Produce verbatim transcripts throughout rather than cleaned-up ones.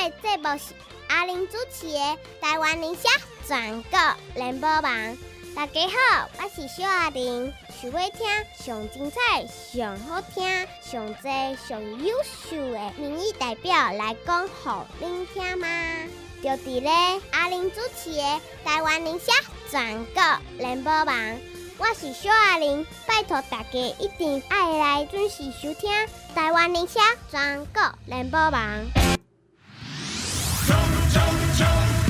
仔的节目是阿玲主持的《台湾理想全国联播网》。大家好，我是小阿玲。想要听上精彩、上好听、上多、上优秀的民意代表来讲给您听吗？就伫咧阿玲主持的《台湾理想全国联播网》。我是小阿玲，拜托大家一定要来准时收听台湾理想全国联播网。 冲冲冲！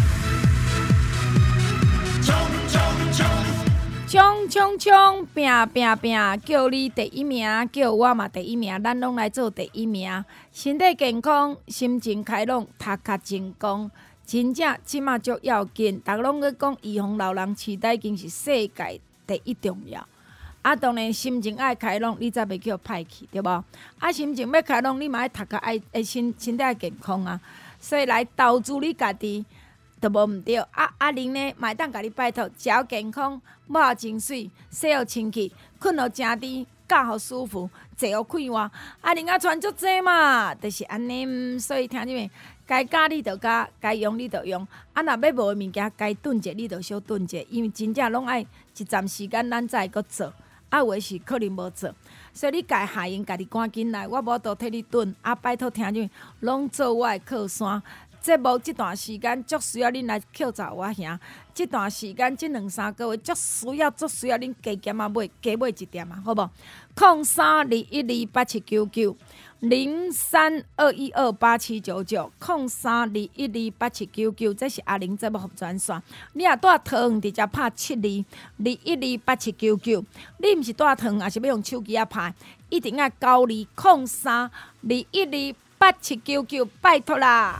冲冲冲！ 冲冲冲！拼拼拼！叫你第一名，叫我嘛第一名，咱拢来做第一名。身体健康，心情开朗，读较成功。真正即马足要紧，逐拢咧讲预防老人痴呆症是世界第一重要。啊，当然心情爱开朗，你才袂叫歹去，对无？啊，心情要开朗，你嘛爱读较爱爱身身体爱健康啊。所以来投资你家己，都无毋对。啊，阿玲呢，嘛会当甲你拜托，食好健康，抹好清水，洗好清气，困好正甜，觉好舒服，坐好快活。阿玲啊，传足济嘛，就是安尼。所以听众们。该加你就加，该用你就用。啊，若要无的物件，该顿者你就小顿者，因为真正拢爱一站时间，咱才会搁做。啊，有的是可能无做，所以你该下用，家己赶紧来，我无都替你顿。啊，拜托听众拢做我的靠山。节目这段时间足需要恁来扣查我兄。这段时间这两三个月足需要足需要恁加减啊买，加买一点啊，好无？空三二一二八七九九。零三二一二八七九九，空三二一二八七九九，这是阿玲节目服专线。你若带桃园，直接拍七二二一二八七九九。你毋是带桃园，也是要用手机啊拍，一定要九二空三二一二八七九九，拜托啦！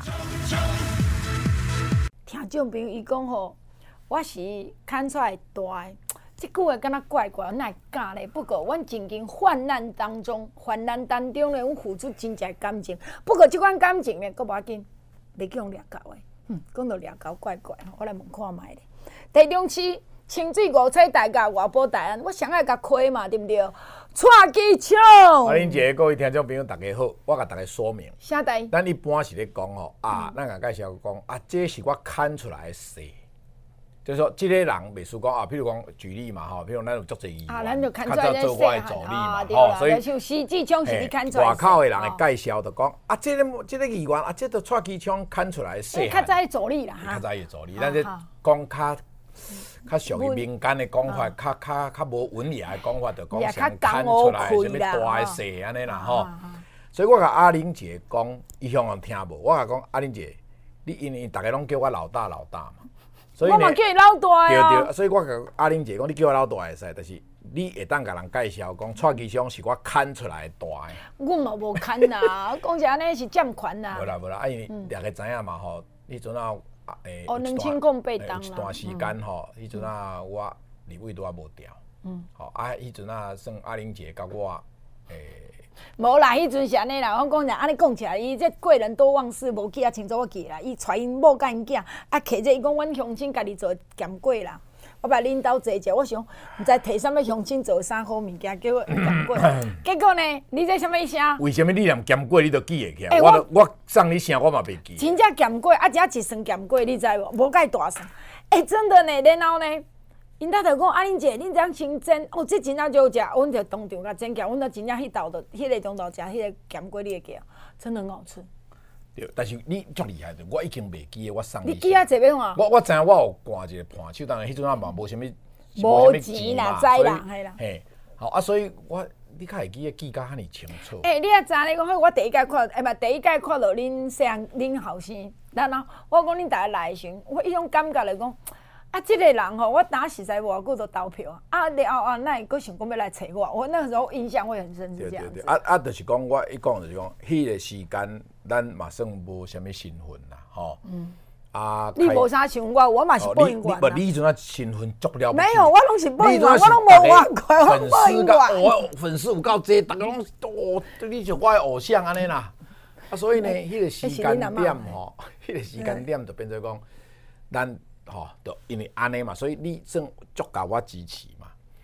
听众朋友伊讲吼，我是看出来大的。即句话敢若怪怪，哪会假咧？不过，阮曾经患难当中，患难当中咧，阮付出真正感情。不过，即款感情咧，阁无要紧，袂去用掠到诶。嗯，讲到掠到怪怪，我来问看卖咧。第中市清水五彩大甲外保大安，我上爱甲开嘛，对毋对？蔡机枪。 阿玲姐，各位听众朋友，大家好，我甲大家说明。 啥代？ 咱一般是咧讲吼啊，咱甲介绍讲啊，这是我看出来的事。就是说，这个人袂输讲啊，譬如讲举例嘛，吼，譬如咱有足侪议员， 啊，咱就看出来在做我的助理嘛，吼，所以像实际上是你看出来。 外口的人的介绍就讲啊，这个这个议员啊，这个蔡机枪看出来细汉。 较早助理啦， 较早的助理，咱这讲较较属于民间的讲法，较较较无文雅的讲法，就讲谁看出来什么大的细安尼啦，吼。所以我甲阿玲姐讲，伊向人听无，我甲讲阿玲姐，你因为大家拢叫我老大老大嘛。所以我嘛叫伊老大啊！ 对对，所以我甲阿玲姐讲，你叫我老大会使，但是你会当甲人介绍讲，蔡其昌是我看出来的大的。 我嘛无看呐，讲是安尼是占权呐。 无啦无啦，啊因为大家知影嘛吼，迄阵啊诶， 哦，两千零八档啦。 一段时间吼，迄阵啊我立委都还无调，嗯，吼啊迄阵啊算阿玲姐甲我诶。 无啦，迄阵是安尼啦，我讲者安尼讲起来，伊这贵人多忘事，无记啊清楚我记啦。伊带因某甲因囝，啊，摕这伊讲阮乡亲家己做咸粿啦。我把恁兜坐者，我想毋知摕啥物乡亲做啥好物件，叫我咸粿。结果呢，你这啥物声？ 为什么你连咸粿你都记会起来？欸、我我送你声，我嘛袂记。 真正咸粿，啊，只一算咸粿，你知无？无介大算。哎、欸，真的呢，然后呢？因兜就讲啊，恁姐，恁这样清蒸，哦，这真正就好食。阮就当场甲蒸起来，阮就真正迄道的，迄个中昼食迄个咸粿，你会记啊？真的很好吃。 对，但是你足厉害的，我已经袂记我送你。 你记啊，这边啊？ 我我知影，我有挂一个盘手，当然迄阵啊嘛无啥物， 无钱啦，知啦，系啦。 嘿，好啊，所以我你较会记，记甲遐尼清楚。 诶、欸，你也知你讲，我第一届看，诶，嘛第一届看到恁细汉恁后生，然后我讲恁大家来时，我迄种感觉来讲。啊，这个人吼，我打实在无偌久就投票啊！啊，了后啊，那佫想讲要来找我，我那个时候印象会很深，是这样子。 对对对，啊啊，就是讲我一讲就是讲，迄个时间咱嘛算无啥物身份啦，吼。嗯。啊。 你无啥身份，我我嘛是报应员。 你你迄阵啊身份足了不起。 没有，我拢是报应员，我拢无外快，我报应员。 我粉丝有够济，大家拢哦，你就我的偶像安尼啦。啊，所以呢，迄个时间点吼，迄个时间点就变做讲，咱。吼、哦，就因为安尼嘛，所以你算足甲我支持嘛。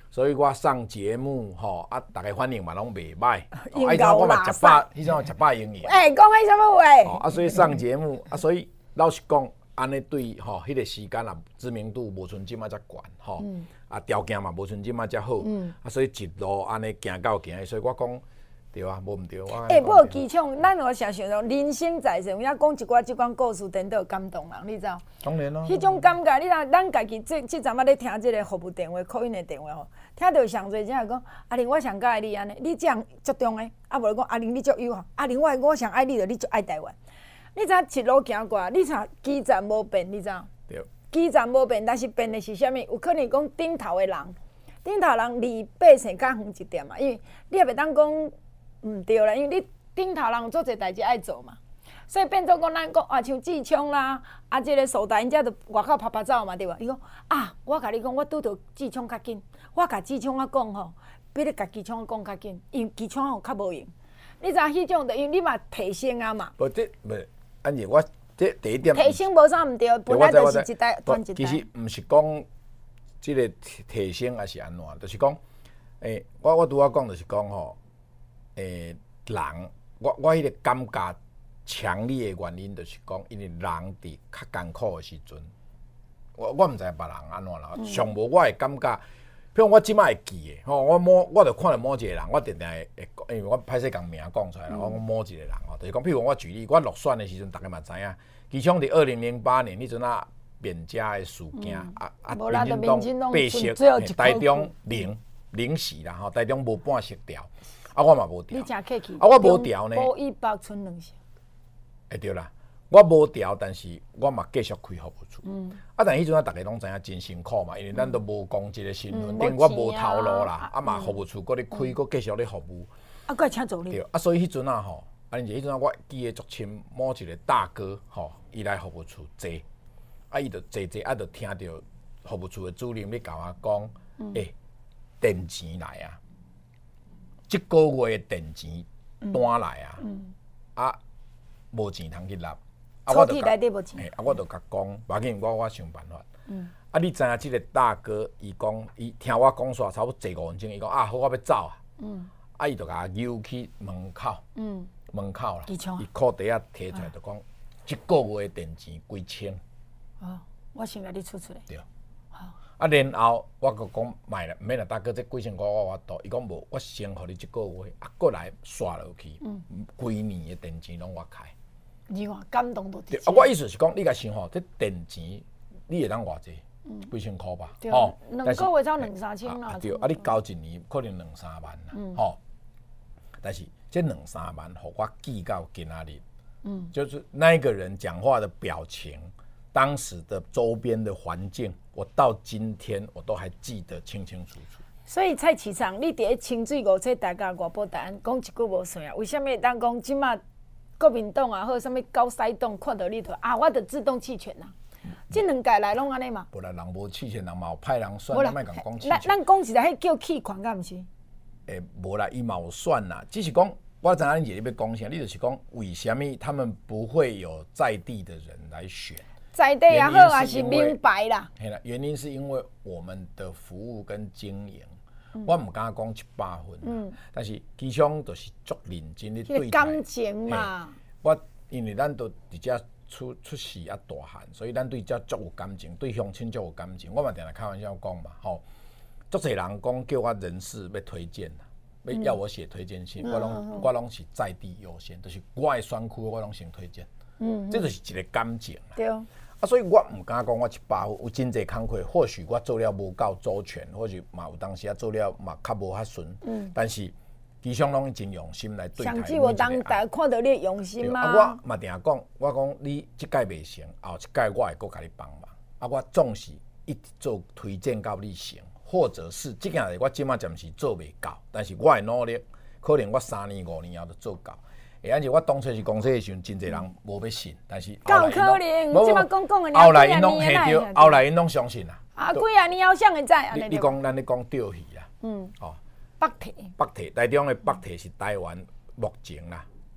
所以我上节目吼啊，大家反应嘛拢袂歹。哦，以前我嘛食饱，以前我食饱英语。 哎，讲迄什么话？ 哦啊，所以上节目啊，所以老实讲，安尼对吼，迄个时间啊，知名度无像即马遮悬吼，啊条件嘛无像即马遮好，啊所以一路安尼行到行，所以我讲对啊，无毋对。我哎，不过机场，咱有常想到人生在世，有影讲一寡即款故事，真都感动人，你知道？ 当然咯。 迄种感觉，你若咱家己即即阵仔咧听即个服务电话、call in 的电话吼，听到上侪真系讲阿玲，我上喜爱你安尼，你这样足中的，啊无讲阿玲你足友好，阿玲我我上爱你着，你足爱台湾。你知影一路行过来，你查基站无变，你知影？ 对。 基站无变，但是变的是啥物？有可能讲顶头的人，顶头人离百姓较远一点嘛，因为你也袂当讲。毋对啦，因为你顶头人有做侪代志爱做嘛，所以变做讲咱讲啊，像志昌啦，啊，即个苏大因遮着外口拍拍走嘛，对吧？伊讲啊，我甲你讲，我拄着志昌较紧，我甲志昌啊讲吼，比你甲志昌讲较紧，因为志昌吼较无用。你知影迄种的，因为你嘛提升啊嘛。 无这无，安尼我这第一点。 提升无啥毋对，本来就是一代传一代。 其实毋是讲即个提升还是安怎，就是讲，诶、欸，我我拄仔讲就是讲吼。诶，人，我我迄个感觉强烈的原因，就是讲，因为人伫较艰苦的时阵，我我毋知别人安怎啦，上无我会感觉，比如我即摆会记的，吼，我某我着看到某一个人，我定定会会，因为我歹势共名讲出来啦，我讲某一个人吼，就是讲，譬如我举例，我落选的时阵，大家嘛知影，其中伫二零零八年迄阵啊，扁家的事件，啊啊，民进党八席，台中零零席啦，吼，台中无半席调。啊，我嘛无调。 你真客气。 啊，我无调呢。 无一百剩两席。 会对啦，我无调，但是我嘛继续开服务处。嗯。啊，但迄阵啊，大家拢知影真辛苦嘛，因为咱都无公职的身份，等于我无头路啦。啊嘛，服务处搁咧开，搁继续咧服务。 啊，搁会请助理。 对，啊，所以迄阵啊吼，啊，因迄阵啊，我记得足深，某一个大哥吼，伊来服务处坐，啊，伊就坐坐，啊，就听到服务处的主任咧甲我讲，诶，电钱来啊！即个月的电钱单来啊，嗯、啊，无钱通去纳，啊，我就甲，嘿，啊，我就甲讲，无要紧，我我想办法。嗯、啊，你知影即个大哥，伊讲，伊听我讲煞差不多坐五分钟，伊讲啊，好，我要走啊。嗯、啊，伊就甲扭去门口，嗯、门口啦，伊裤底仔摕出来，就讲，即个月的电钱几千。 哦，我先甲你出出来。 对。啊，然后我佮讲卖啦，毋免啦，大哥，这几千块我我度。伊讲无，我先互你一个月，啊，过来刷落去，规、嗯、年的电钱拢我开。 你看感动到啊，我意思是讲，你甲想吼，这电钱你会当偌济？嗯、几千块吧？ 哦，两个月才两三千啦。 对，啊，你交一年可能两三万啦，嗯、吼。但是这两三万，互我记到今仔日，嗯，就是那一个人讲话的表情。当时的周边的环境，我到今天我都还记得清清楚楚。 所以蔡市长，你伫咧清水五车大家外部答案讲一句无算啊？为什么会当讲即马国民党啊，或者什么高赛党看到你头啊，我着自动弃权啦？即、嗯、两届来拢安尼嘛？ 无啦，人无弃权，人嘛有派人选，咱莫讲讲弃权。 咱咱讲实在，迄叫弃权，敢毋是？ 诶，无啦，伊嘛有选啦，只是讲。我知影你姐你要讲啥，你就是讲为什么他们不会有在地的人来选？ 在地也好，也是明白啦。 嘿啦，原因是因为我们的服务跟经营，嗯、我唔敢讲一百分，嗯、但是其中就是足认真的对待。 感情嘛。 我因为咱都伫遮出出世啊大汉，所以咱对遮足有感情，对乡亲足有感情。我嘛定定开玩笑讲嘛，吼，足侪人讲叫我人事要推荐啦。要要我写推荐信，嗯、我拢、嗯、我拢是在地优先，就是我的选区我拢先推荐，嗯，这就是一个感情啦。 对哦。 啊，所以我唔敢讲我一百分，有真侪工课，或许我做了无够周全，或许嘛有当时啊做了嘛较无遐顺，嗯，但是其实拢真用心来对待。 上次我当大家看到你的用心嘛。 啊，我嘛定讲，我讲你即届袂成，后一届我会搁甲你帮忙。啊，我总是一直做推荐到你成。或者是这件事，我即马暂时做袂到，但是我会努力，可能我三年五年后就做到。会安尼，我当初是公司的时阵，真侪人无要信，但是够可能，即马讲讲的， 后来因拢下着，后来因拢相信啦。 啊，几啊年后想会知安尼。 你讲咱咧讲钓鱼啦，嗯，哦， 北堤， 北堤，台中的北堤是台湾目前啦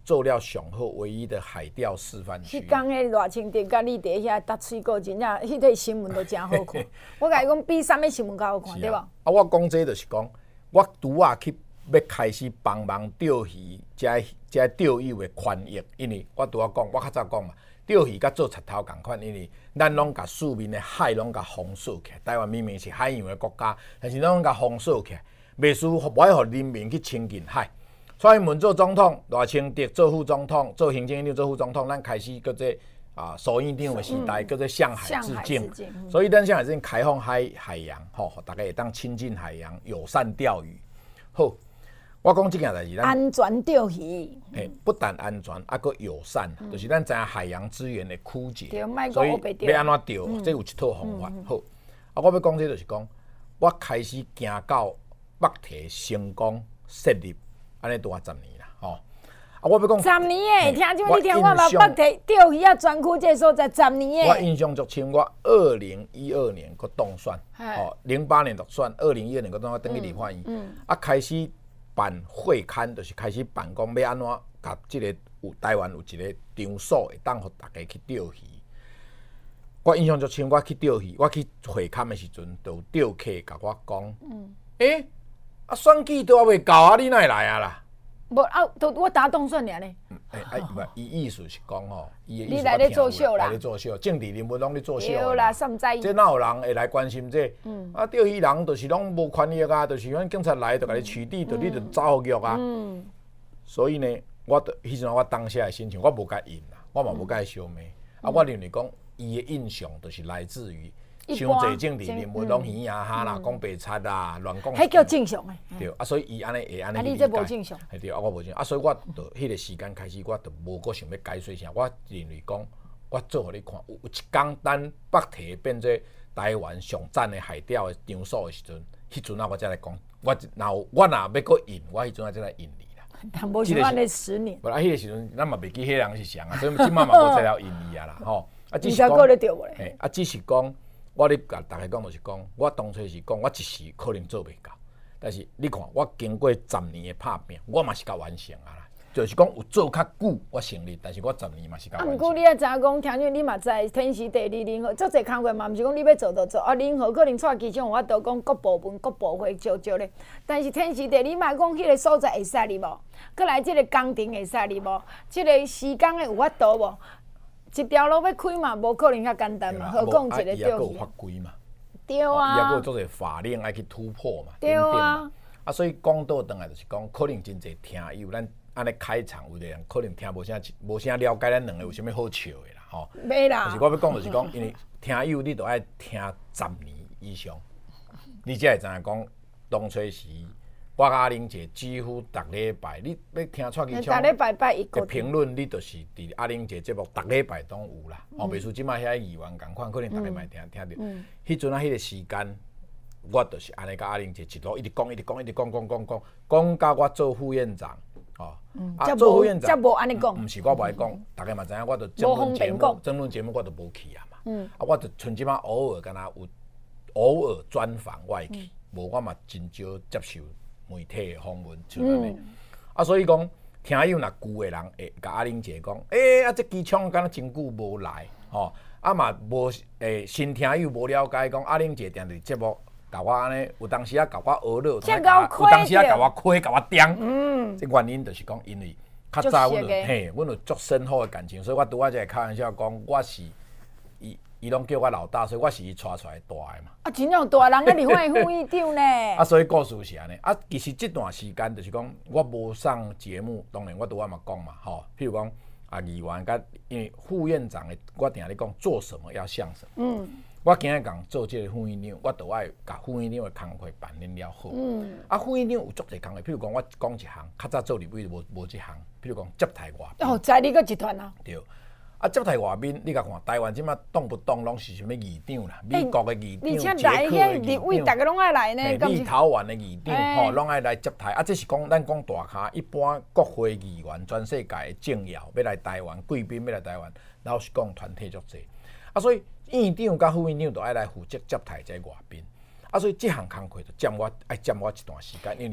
做了上好唯一的海钓示范区。 迄讲迄热清德甲你伫遐搭水果，真正迄个新闻都真好看。我甲你讲，比啥物新闻较好看，对无？啊， 我讲这就是讲，我拄啊去要开始帮忙钓鱼，遮遮钓友的权益，因为我拄啊讲，我较早讲嘛，钓鱼甲做贼头共款，因为咱拢甲四面的海拢甲封锁起来。台湾明明是海洋的国家，但是咱拢甲封锁起来，袂输不爱互人民去亲近海。蔡英文做总统，赖清德做副总统，做行政院长做副总统，咱开始叫做啊首院长的时代，嗯、叫做向海致敬。嗯、所以咱向海致敬，开放海海洋，吼，大家会当亲近海洋，友善钓鱼。好，我讲这件代志，咱安全钓鱼。 嘿，不但安全，还佫友善，嗯、就是咱知影海洋资源的枯竭， 所以要安怎钓，嗯、这有一套方法。嗯、好，啊，我要讲这就是讲，我开始行到北堤成功设立。安尼多啊十年啦，吼！啊，我要讲十年诶，听即摆你听我嘛，北堤钓鱼啊专区这个所在十年诶。 我印象足深，我二零一二年佫当选，吼，零八年当选，二零一二年佫当选登记立法院，嗯，啊开始办会刊，就是开始办讲要安怎甲即个有台湾有一个场所会当互大家去钓鱼。我印象足深，我去钓鱼，我去会刊诶时阵，就有钓客甲我讲，嗯，诶、欸。啊，选举都还未到啊，你哪会来啊啦？ 无啊，都我打当选尔呢。 诶、欸，啊，唔，伊意思是讲吼，伊的意思你来咧作秀啦， 来咧作秀，政治人物拢咧作秀。 对啦，甚知？ 这哪有人会来关心这？嗯、啊，钓鱼人就是拢无权益啊，就是阮警察来就甲你取缔，就、嗯、你就走狱啊。嗯。所以呢，我迄阵我当下的心情，我无甲应啦，我嘛无甲伊相骂。嗯、啊，我认为讲伊的印象就是来自于。像侪政治人物拢耳啊哈啦，讲白贼啦，乱讲。 迄叫正常诶。 对，啊，所以伊安尼会安尼理解。 啊，你这无正常。 系对，啊，我无正常。啊，所以我就迄个时间开始，我就无搁想要解说啥。我认为讲，我做互你看，有有一天咱北堤变做台湾上赞的海钓的场所的时阵，迄阵啊，我才来讲。我若有我若要搁引，我迄阵啊才来引你啦。 但无像安尼十年。 无啦，迄个时阵咱嘛袂记迄人是谁啊，所以即摆嘛无再了引你啊啦，吼。啊， 只是讲。你钓无咧？ 嘿，啊，只是讲。我咧甲大家讲，就是讲，我当初是讲，我一时可能做袂到，但是你看，我经过十年的拍拼，我嘛是甲完成啊啦。就是讲有做较久，我承认，但是我十年嘛是甲完成。啊，毋过你也知影讲，听见你嘛知，天时地利人和，足侪工课嘛，毋是讲你要做就做，啊，人和可能带机种，我都讲各部门各部会少少咧。但是天时地利，莫讲迄个所在会使哩无，过来即个工程会使哩无，即个时间的有法度无？一条路要开嘛，无可能遐简单嘛，何况一个钓鱼。 法规嘛， 对啊。 伊也有做者法令爱去突破嘛， 对啊。 啊，所以讲倒转来就是讲，可能真侪听友，咱安尼开场有的人可能听无啥无啥了解咱两个有啥物好笑的啦，吼。 没啦。 就是我要讲就是讲，因为听友你都爱听十年以上，你才会知影讲当初时。我甲阿玲姐几乎逐礼拜，你要听蔡其昌的评论，你就是伫阿玲姐节目逐礼拜拢有啦。哦、嗯，袂输即摆遐议员共款，可能逐个嘛听听着。迄阵啊，迄个时间，我就是安尼甲阿玲姐一路一直讲，一直讲，一直讲讲讲讲，讲到我做副院长，哦， 嗯、啊，做副院长，则无安尼讲。 毋是我无爱讲，逐个嘛知影，我就争论节目，争论节目我就无去啊嘛。嗯，啊，我就像即摆偶尔敢若有偶尔专访我会去，无、嗯、我嘛真少接受。媒体的访问像安尼，嗯、啊，所以讲听友若旧的人会甲阿玲姐讲，诶、欸，啊，这机枪敢若真久无来，吼、哦，啊嘛无诶新听友无了解，讲阿玲姐定伫节目甲我安尼，有当时啊甲我娱乐，有当时啊甲我亏，甲我刁，嗯，这原因就是讲，因为较早阮有嘿，阮有足深厚的感情，所以我拄仔才会开玩笑讲，我是伊。伊拢叫我老大，所以我是伊带出来大的嘛。 啊，真正大人啊，立法院副议长呢。 啊，所以故事是安尼。啊，其实这段时间就是讲，我无上节目，当然我拄仔嘛讲嘛，吼。譬如讲啊，议员甲因为副院长的，我定咧讲做什么要像什么。嗯。我今日讲做这个副院长，我都爱甲副院长的工作办理了好。嗯。啊，副院长有足侪工作，譬如讲我讲一项，较早做立委无无一项，譬如讲接待外宾。 哦，在你个集团啊。 对。啊，接待外宾，你甲看台湾即马动不动拢是啥物议长啦，美国的议长、捷克的议长， 大家拢爱来呢。 立陶宛的议长，吼，拢爱来接待。啊，这是讲咱讲大咖，一般国会议员、全世界的政要要来台湾，贵宾要来台湾，老实讲团体足济。啊，所以院长甲副院长都爱来负责接待这外宾。啊，所以这项工作就占我爱占我一段时间，因为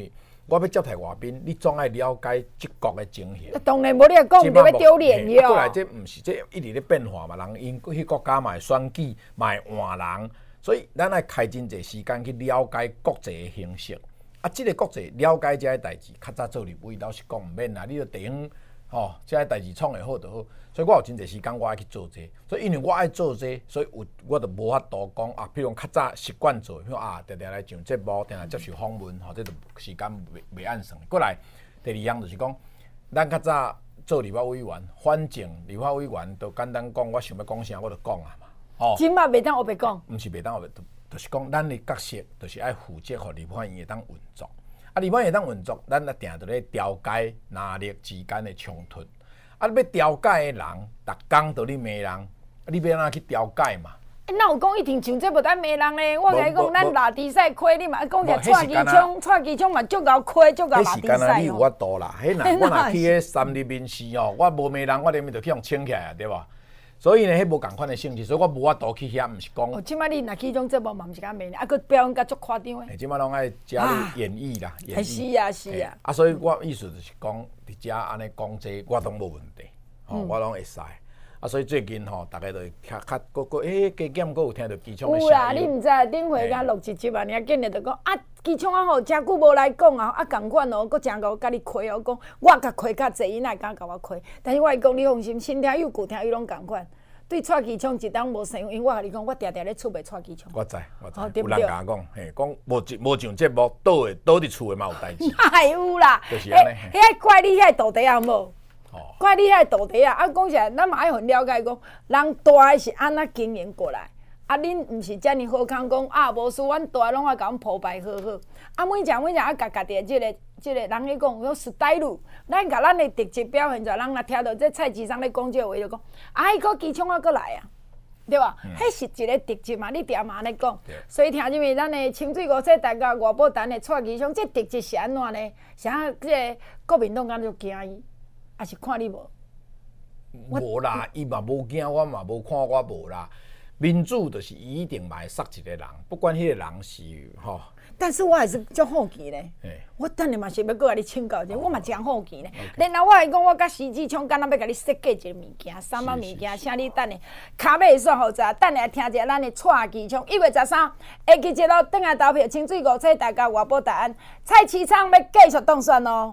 我要接待外宾，你总爱了解这国的情形。 当然无你讲，就要丢脸哟。 过来这毋是这一直咧变化嘛，人因迄国家嘛会选举，嘛会换人，所以咱爱开真侪时间去了解国际的形势。啊，即、這个国际了解这些代志，较早做立委老实讲毋免啦，你着地方吼，这些代志创会好就好。所以我有真侪时间我爱去做这個，所以因为我爱做这個，所以有我就无法度讲啊，比如较早习惯做，比如啊，常常来上节目，常常接受访问，吼，这就时间袂袂按算。过来第二样就是讲，咱较早做立法委员，反正立法委员就简单讲，我想要讲啥我就讲啊嘛，吼。 真嘛袂当我袂讲， 毋是袂当我袂，就是讲咱的角色就是爱负责，互立法院会当运作。啊，立法院会当运作，咱啊定着咧调解哪力之间的冲突。啊！你要调解的人，逐工都你骂人，你要安怎去调解嘛？ 哪有讲一定像这无咱骂人咧？我甲你讲，咱拉猪屎亏，你嘛讲起蔡其昌，蔡其昌嘛足够亏，足够拉猪屎。 迄时间啊，你有法度啦。迄若我若去迄三立面试哦，我无骂人，我连面就去互请起来啊，对吧？所以呢，迄无共款的性质，所以我无法度去遐，毋是讲。 哦，即摆你若去种节目嘛，毋是甲骂呢，啊，佮表演甲足夸张诶。 即摆拢爱加入演绎啦，演绎。是啊，是啊。 啊，所以我意思就是讲，伫遮安尼讲这，我拢无问题。哦，我拢会使，啊，所以最近吼，大家都较较个个，诶，加减个有听到机枪的声音。 有啦，你毋知顶回甲录一集啊，尔紧日就讲啊，机枪啊吼，诚久无来讲啊，啊，共款哦，佫诚甲我甲你亏哦，讲我甲亏较济，伊哪会敢甲我亏？但是我会讲你放心，新听有旧听有拢共款。对蔡其昌一档无生，因为我甲你讲，我常常咧出卖蔡其昌。 我知，我知，有人甲我讲，嘿，讲无无上节目，倒诶倒伫厝诶嘛有代志。 哪有啦？ 就是安尼。 迄怪你遐道地啊，无？怪你遐道地啊！啊，讲起来，咱嘛爱互了解讲，人大诶是安怎经营过来。啊，恁毋是遮尔好康讲啊，无事，阮大拢爱甲阮铺排好好。啊，每只每只啊，家家己诶即个即个人咧讲，讲 style， 咱甲咱诶特质表现出来，人若听到这蔡其昌咧讲即个话，就讲啊，迄个机枪啊，搁来啊，对吧？迄、嗯、是一个特质嘛，你定嘛安尼讲。所以听入面，咱诶清水五色大家外宝丹诶蔡其昌，这特质是安怎呢？啥即个国民党敢就惊伊？还是看你无？ 无啦，伊嘛无惊，我嘛无看我无啦。民主就是伊一定嘛会杀一个人，不管迄个人是吼。 但是我还是足好奇咧。我等下嘛是要搁甲你请教者，我嘛真好奇咧。然后我会讲，我甲徐志昌敢若要甲你设计一个物件，啥物物件，请你等下卡尾算好者，等下听者咱的蔡其昌一月十三下期节目转来投票，清水五彩大家外报答案，蔡其昌要继续当选哦。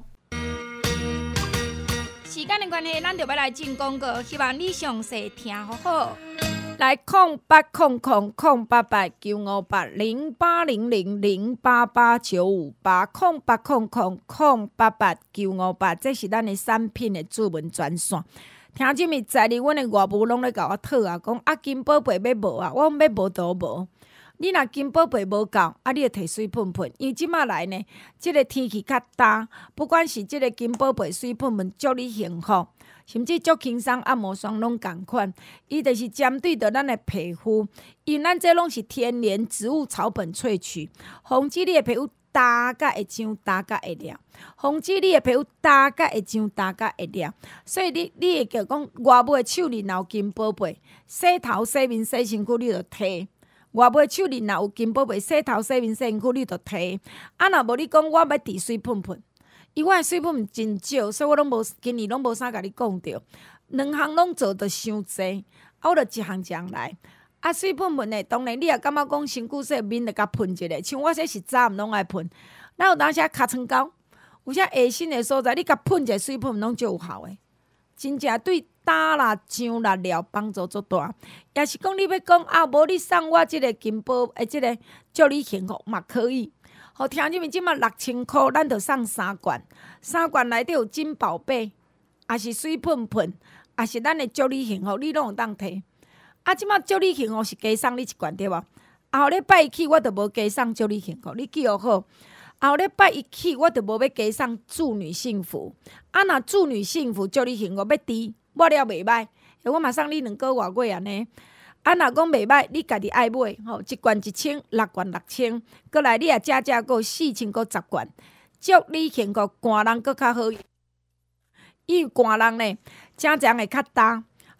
时间的关系，咱就要来进广告，希望你详细听好好。来空八空空空八八九五八零八零零零八八九五八空八空空空八八九五八，这是咱的产品的主文专线。听即物在哩，阮的外母拢咧甲我讨啊，讲啊金宝贝要无啊，我要无都无。你若金宝贝无够，啊，你就摕水喷喷。因为即马来呢，即、這個天氣較大，不管是即個金寶貝水喷喷，祝你幸福，甚至足輕鬆按摩霜攏共款。伊就是針對着咱的皮膚，因為咱這攏是天然植物草本萃取，防止你的皮膚焦甲會癢、焦甲會涼，防止你的皮膚焦甲會癢、焦甲會涼。所以你你會叫講外母的手裡若有金寶貝，洗頭、洗面、洗身軀，你就摕。外母手裡若有金寶貝，洗頭、洗面、洗身軀，你就摕。啊，若無你講我要滴水噴噴，伊我的水噴真少，所以我攏無今年攏無啥甲你講着。兩項攏做得傷濟，啊，我就一項一項來。啊，水噴噴的，當然你也感覺講身軀洗面就甲噴一下，像我這是早毋攏愛噴。咱有當時啊尻川溝，有些下身的所在，你甲噴一下水噴攏就有效的，真正對。打啦、上啦、療幫助足大，也是講你要講啊，無你送我即個金寶誒，即個祝你幸福嘛可以。好，聽入面即馬六千箍，咱就送三罐，三罐內底有金寶貝，也是水噴噴，也是咱的祝你幸福，你攏有當摕。啊，即馬祝你幸福是加送你一罐對無？後禮拜一起我就無加送祝你幸福，你記好好。後禮拜一起我就無要加送祝女幸福，啊，若祝女幸福祝你幸福要滴。我了袂歹，我嘛送你兩個外月安尼。啊，若講袂歹，你家己愛買吼，一罐一千，六罐六千，過來你也加加個四千個十罐，祝你幸福，寒人閣較好。因為寒人呢，正正會較重，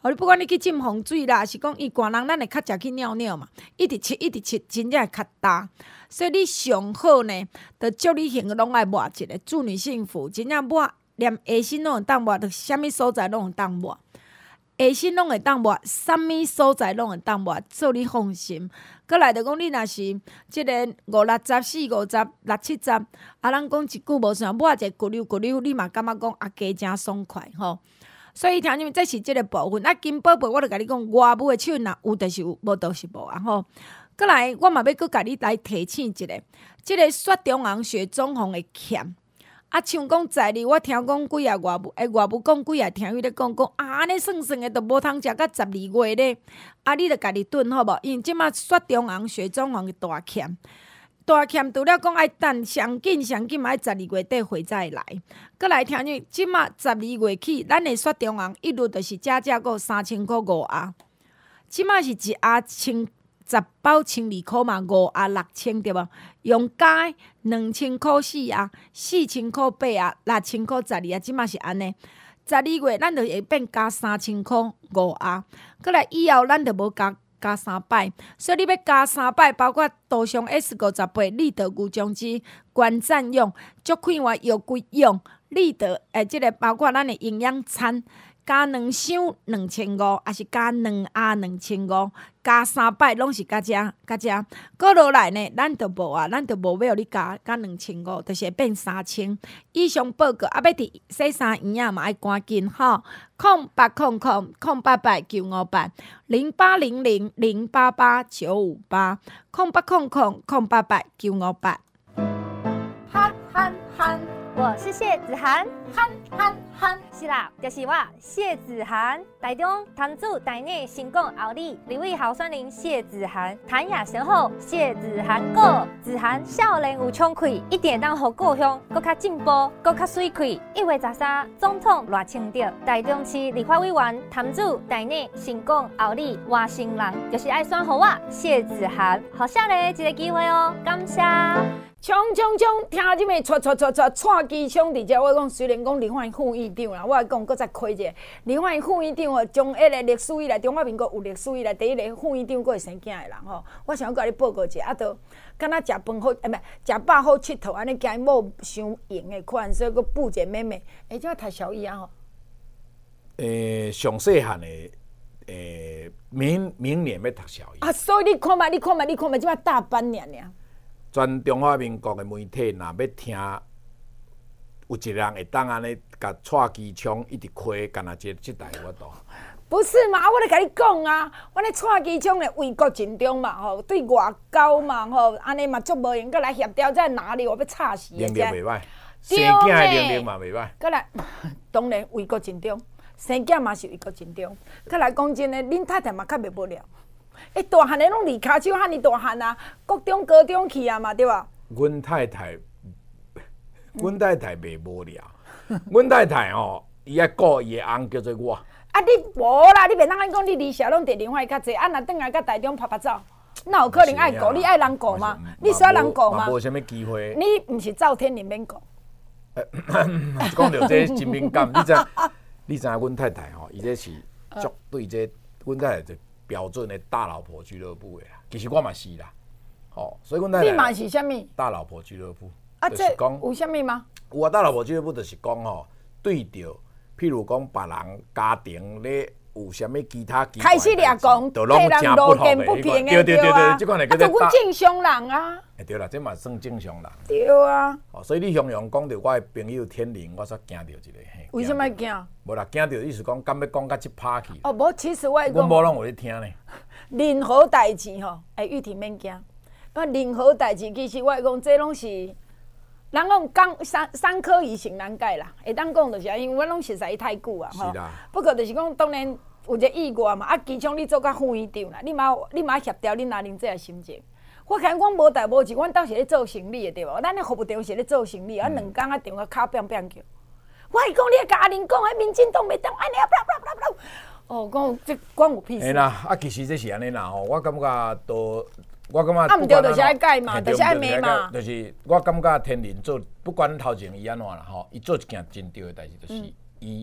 互你不管你去浸风水啦，是讲伊寒人咱会较食去尿尿嘛，一直拭一直拭，真正会较干。所以你上好呢，着祝你行拢爱抹一个，祝你幸福。真正抹，连下身拢会当抹，着啥物所在拢会当抹。下身拢会当抹，啥物所在拢会当抹，做你放心。过来着讲，你若是即个五六十、四五十、六七十，啊，咱讲一句无算，抹一个骨溜骨溜，你嘛感觉讲啊，加真爽快吼。所以听你们，这是即个部分。啊，金宝贝，我着甲你讲，外母的手若有就是有，无就是无啊吼。过来，我嘛要搁甲你来提醒一个，即个雪中红雪中红的欠。啊，像讲在哩，我听讲几啊外母，诶外母讲几啊，听伊咧讲讲啊，安尼算算诶，都无通食到十二月咧。啊，你着家己炖好无？因为即马雪中红、雪中红诶大欠，大欠除了讲爱等上紧上紧嘛，爱十二月底回再来。过来听你，即马十二月起，咱诶雪中红一律就是加价个三千箍五盒，即马是一盒千。十包千二箍嘛，五盒六千对无？用加两千箍四盒，四千箍八盒，六千箍十二盒，即嘛是安尼。十二月咱就会变加三千箍五盒，过来以后咱就无加加三摆，所以你要加三摆，包括杜尚 S 五十八、立德牛姜汁、关赞用、足快活药龟用、立德诶，即个包括咱的营养餐。加两箱两千五，还是加两盒两千五，加三摆拢是加遮加遮。过落来呢，咱就无啊，咱就无要你加加两千五，就是会变三千。以上报告啊，要伫洗衫园啊嘛，爱赶紧吼。空八空空空八八九五八零八零零零八八九五八空八空空空八八九五八。 憨憨憨，我是谢子涵，憨憨憨，是啦，就是我谢子涵。台中堂主台内成功后里，立位候选人谢子涵，谈雅神后谢子涵过，子涵少年有冲气，一定当互故乡搁较进步，搁较水气。一月十三，总统赖清德，台中市立法委员堂主台内成功后里外省人，就是爱选互我谢子涵，好下咧一个机会哦，感谢。 冲冲冲！听即个撮撮撮撮串机枪伫遮，我讲虽然讲立法院副院长啦，我讲搁再开一个立法院副院长哦，从迄个历史以来，中华民国有历史以来第一个副院长搁会生囝的人吼。我想甲你报告者，啊，都敢若食饭好，哎，毋食饱好佚佗，安尼惊某伤闲的款，所以搁布者妹妹，哎，即个读小一啊吼。 诶，上细汉的诶，明明年要读小一。 啊，所以你看觅，你看觅，你看觅，即摆大班尔尔。 全中华民国的媒体，若要听，有一个人会当安尼甲带机枪一直开，干那即即台我都。 不是嘛？我咧甲你讲啊，我咧带机枪咧为国尽忠嘛吼，对外交嘛吼，安尼嘛足无用，搁来协调在哪里？我要吵死的。 能力袂歹，生囝的能力嘛袂歹。 搁来，当然为国尽忠，生囝嘛是为国尽忠。搁来讲真诶，恁太太嘛较袂无聊。诶，大汉的拢离骹手，汉尼大汉啊，国中、高中去啊嘛，对吧？ 阮太太，阮太太袂无聊。阮太太吼，伊爱顾伊的翁叫做我。 啊，你无啦，你袂当安讲，你离社拢地另外较济，啊，若转来甲台中拍拍照，哪有可能爱顾？你爱人顾吗？你需要人顾吗？ 无啥物机会。 你毋是赵天林免顾。 讲到这真敏感，你知？你知影阮太太吼，伊这是足对这阮太太就。标准的大老婆俱乐部的啦，其实我嘛是啦，吼，所以阮太太。 你嘛是啥物？ 大老婆俱乐部。 啊，这有啥物吗？ 有啊，大老婆俱乐部就是讲吼，对着，譬如讲别人家庭咧有啥物其他奇怪的代志， 开始掠讲， 对人路见不平的，对对对对，即款嚟叫做大。正常人啊。 哎，对啦，这嘛算正常人。 对啊。 哦，所以你常常讲到我的朋友天灵，我煞惊到一个嘿。 为什么惊？ 无啦，惊到意思讲，敢要讲到即拍去。 哦，无，其实我讲。 阮某拢有咧听呢。 任何代志吼，哎，玉婷免惊。啊，任何代志其实我讲，这拢是，人讲讲三三科以行难改啦。会当讲就是因为我拢实在太久啊，吼。不过就是讲，当然有一个意外嘛。啊，机枪你做甲副院长啦，你嘛你嘛协调恁阿玲这个心情。我看我无代无志，阮倒是咧做生意的对无？咱咧服务场是咧做生意，啊，两工啊电话敲乒乒叫。我是讲你甲阿玲讲，迄民进党袂当安尼啊，不不不不。哦，讲这关我屁事。 哎啦，啊，其实这是安尼啦吼，我感觉都，我感觉。 啊，毋对，就是爱改嘛，就是爱骂嘛。 就是我感觉天麟做，不管头前伊安怎啦吼，伊做一件真对的代志，就是伊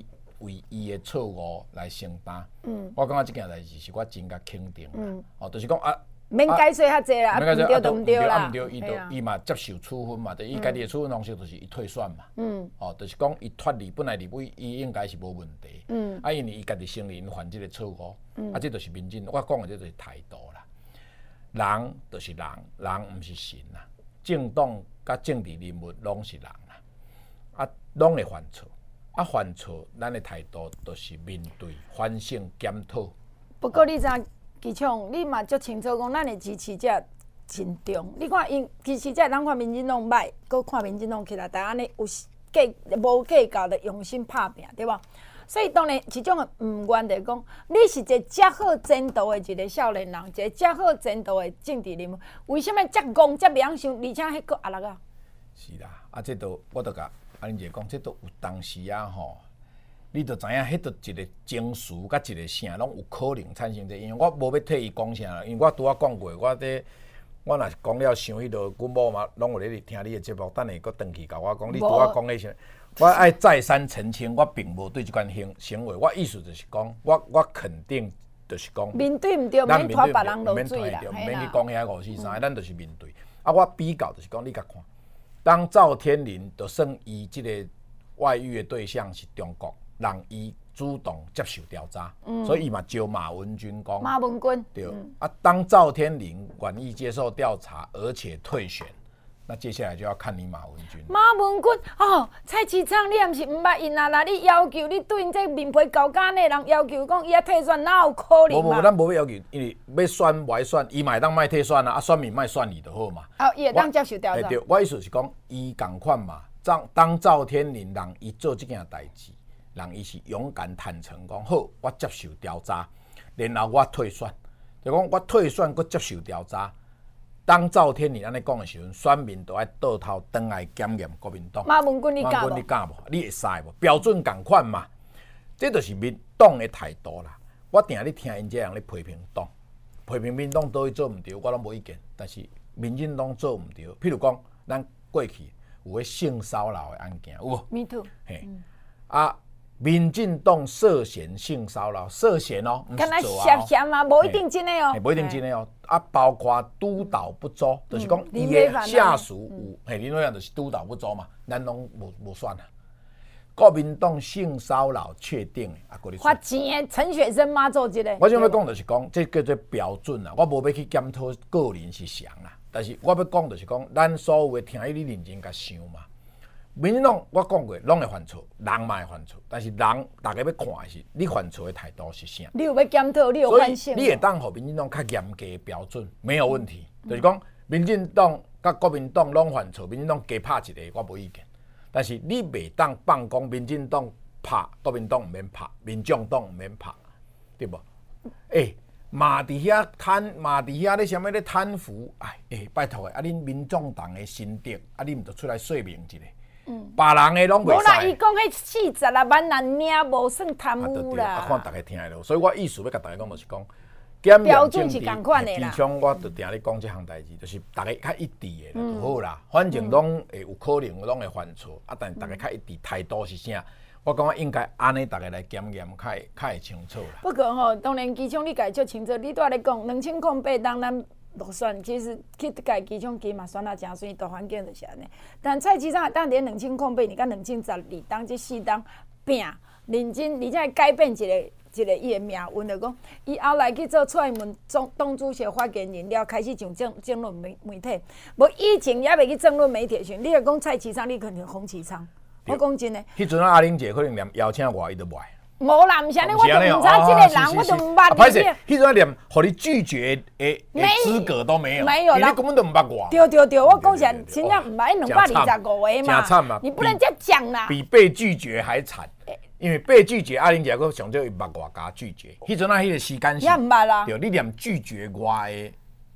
为伊的错误来承担。嗯，我感觉这件代志是我真甲肯定啦。嗯，哦，就是讲啊。 免解释遐济啦，毋对就毋对啦。 啊，毋对，伊就伊嘛接受处分嘛，就伊家己的处分方式就是伊退选嘛。嗯。哦，就是讲伊脱离本来立委，伊应该是无问题。嗯。啊，因为伊家己承认犯即个错误，嗯、啊，这就是民进，我讲的这就是态度啦。人就是人，人毋是神啦。政党甲政治人物拢是人啦，啊，拢会犯错，啊，犯错，咱的态度就是面对、反省、检讨。 不过你知影？基昌，你嘛足清楚讲，咱的支持者真重。你看，因支持者，咱看民进党歹，搁看民进党起来，但安尼有计无计较的用心拍拼，对无？所以当然，其中的毋愿就讲，你是一个遮好前途的一个少年人，一个遮好前途的政治人物，为什么遮戆遮袂晓想，而且迄个压力啊？ 是啦，啊，这都我都甲阿玲姐讲，这都有当时啊吼。你就知影，迄个一个情绪甲一个啥，拢有可能产生这。因为我无要替伊讲啥啦，因为我拄仔讲过，我这我若是讲了想迄落，阮某嘛拢有咧听你的节目，等下佫转去甲我讲，你拄仔讲迄啥，我爱再三澄清，我并无对即款行行为，我意思就是讲，我我肯定就是讲， 面对毋对，免拖别人落水啦， 免去讲遐五四三，咱就是面对。啊，我比较就是讲，你甲看，当赵天麟就算伊即个外遇的对象是中国。让伊主动接受调查，嗯、所以伊嘛招马文君讲。 马文君对、嗯、啊，当赵天麟愿意接受调查，而且退选，那接下来就要看你马文君。 马文君哦，蔡其昌，你也毋是毋捌因啊啦？你要求你对因这面皮高干的人要求讲伊啊退选，哪有可能嘛？ 无无，咱无要求，因为要选歪选，伊嘛当卖退选啊，啊选民卖选伊就好嘛。 哦，伊会当接受调查。 对，我意思是讲，伊共款嘛，当当赵天麟让伊做这件代志。人伊是勇敢坦诚讲好，我接受调查，然后我退选，就讲我退选，佮接受调查。当赵天麟安尼讲的时阵，选民都爱倒头转来检验国民党。 马文君，你敢无？ 你敢无？你会使无？标准共款嘛，这就是民党的态度啦。我定咧听因这样咧批评党，批评民党倒去做毋对，我拢无意见。但是民进党做毋对，譬如讲，咱过去有迄性骚扰的案件，有无 ？Me too。 嘿，嗯、啊。民进党涉嫌性骚扰，涉嫌哦， 敢若涉嫌嘛，无一定真的哦， 无一定真的哦。啊，包括督导不周，嗯、就是讲伊的下属有，嘿，林伟阳就是督导不周嘛，咱拢无无算啊。国民党性骚扰确定的，啊， 发钱的陈雪生妈做一个。 我想要讲就是讲，这叫做标准啊，我无要去检讨个人是谁啦，但是我要讲就是讲，咱所有的听伊你认真甲想嘛。民进党我讲过，拢会犯错，人嘛会犯错，但是人大家要看的是你犯错的态度是啥。 你有要检讨，你有反省。 所以你会当互民进党较严格的标准，没有问题。嗯、就是讲，民进党甲国民党拢犯错，民进党加拍一个，我无意见。但是你袂当放讲民进党拍，国民党毋免拍，民众党毋免拍，对无？诶、欸，嘛伫遐贪，嘛伫遐咧啥物咧贪腐，哎诶、欸，拜托诶，啊恁民众党的心得，啊你毋着出来说明一下。嗯，别人的拢袂使。无啦，伊讲迄四十啊万人领无算贪污啦。 啊，看大家听咯，所以我意思要甲大家讲，就是讲检验政治。 平常我就定咧讲这项代志，就是大家较一致的就好啦。嗯、反正拢会有可能，拢会犯错，啊，但是大家较一致态度是啥？我感觉应该安尼，大家来检验，较会较会清楚啦。 不过吼，当然基昌你家足清楚，你拄仔咧讲两千零八当咱。落选其实去家基昌基嘛选啊真水，大环境就是安尼。但蔡市长当年两千零八年甲两千十二当这四当拼认真，而且改变一个一个伊的命运，就讲伊后来去做蔡英文总党主席发言人了，开始上政政论媒媒体。无以前也袂去政论媒体的时候，你若讲蔡市长，你可能洪启昌。我讲真诶。 迄阵啊，阿玲姐可能连邀请我，伊都袂。 无啦，毋是安尼，我就毋知即个人，我就毋捌。 歹势，迄阵连互你拒绝的资格都没有， 没有， 你根本都毋捌我。 对对对，我讲实在，真正毋捌两百二十五个嘛， 真惨嘛， 你不能这样讲啦。 比被拒绝还惨，因为被拒绝，阿玲姐佫上少伊捌我甲拒绝。迄阵啊，迄个时间是， 也毋捌啦。 对，你连拒绝我的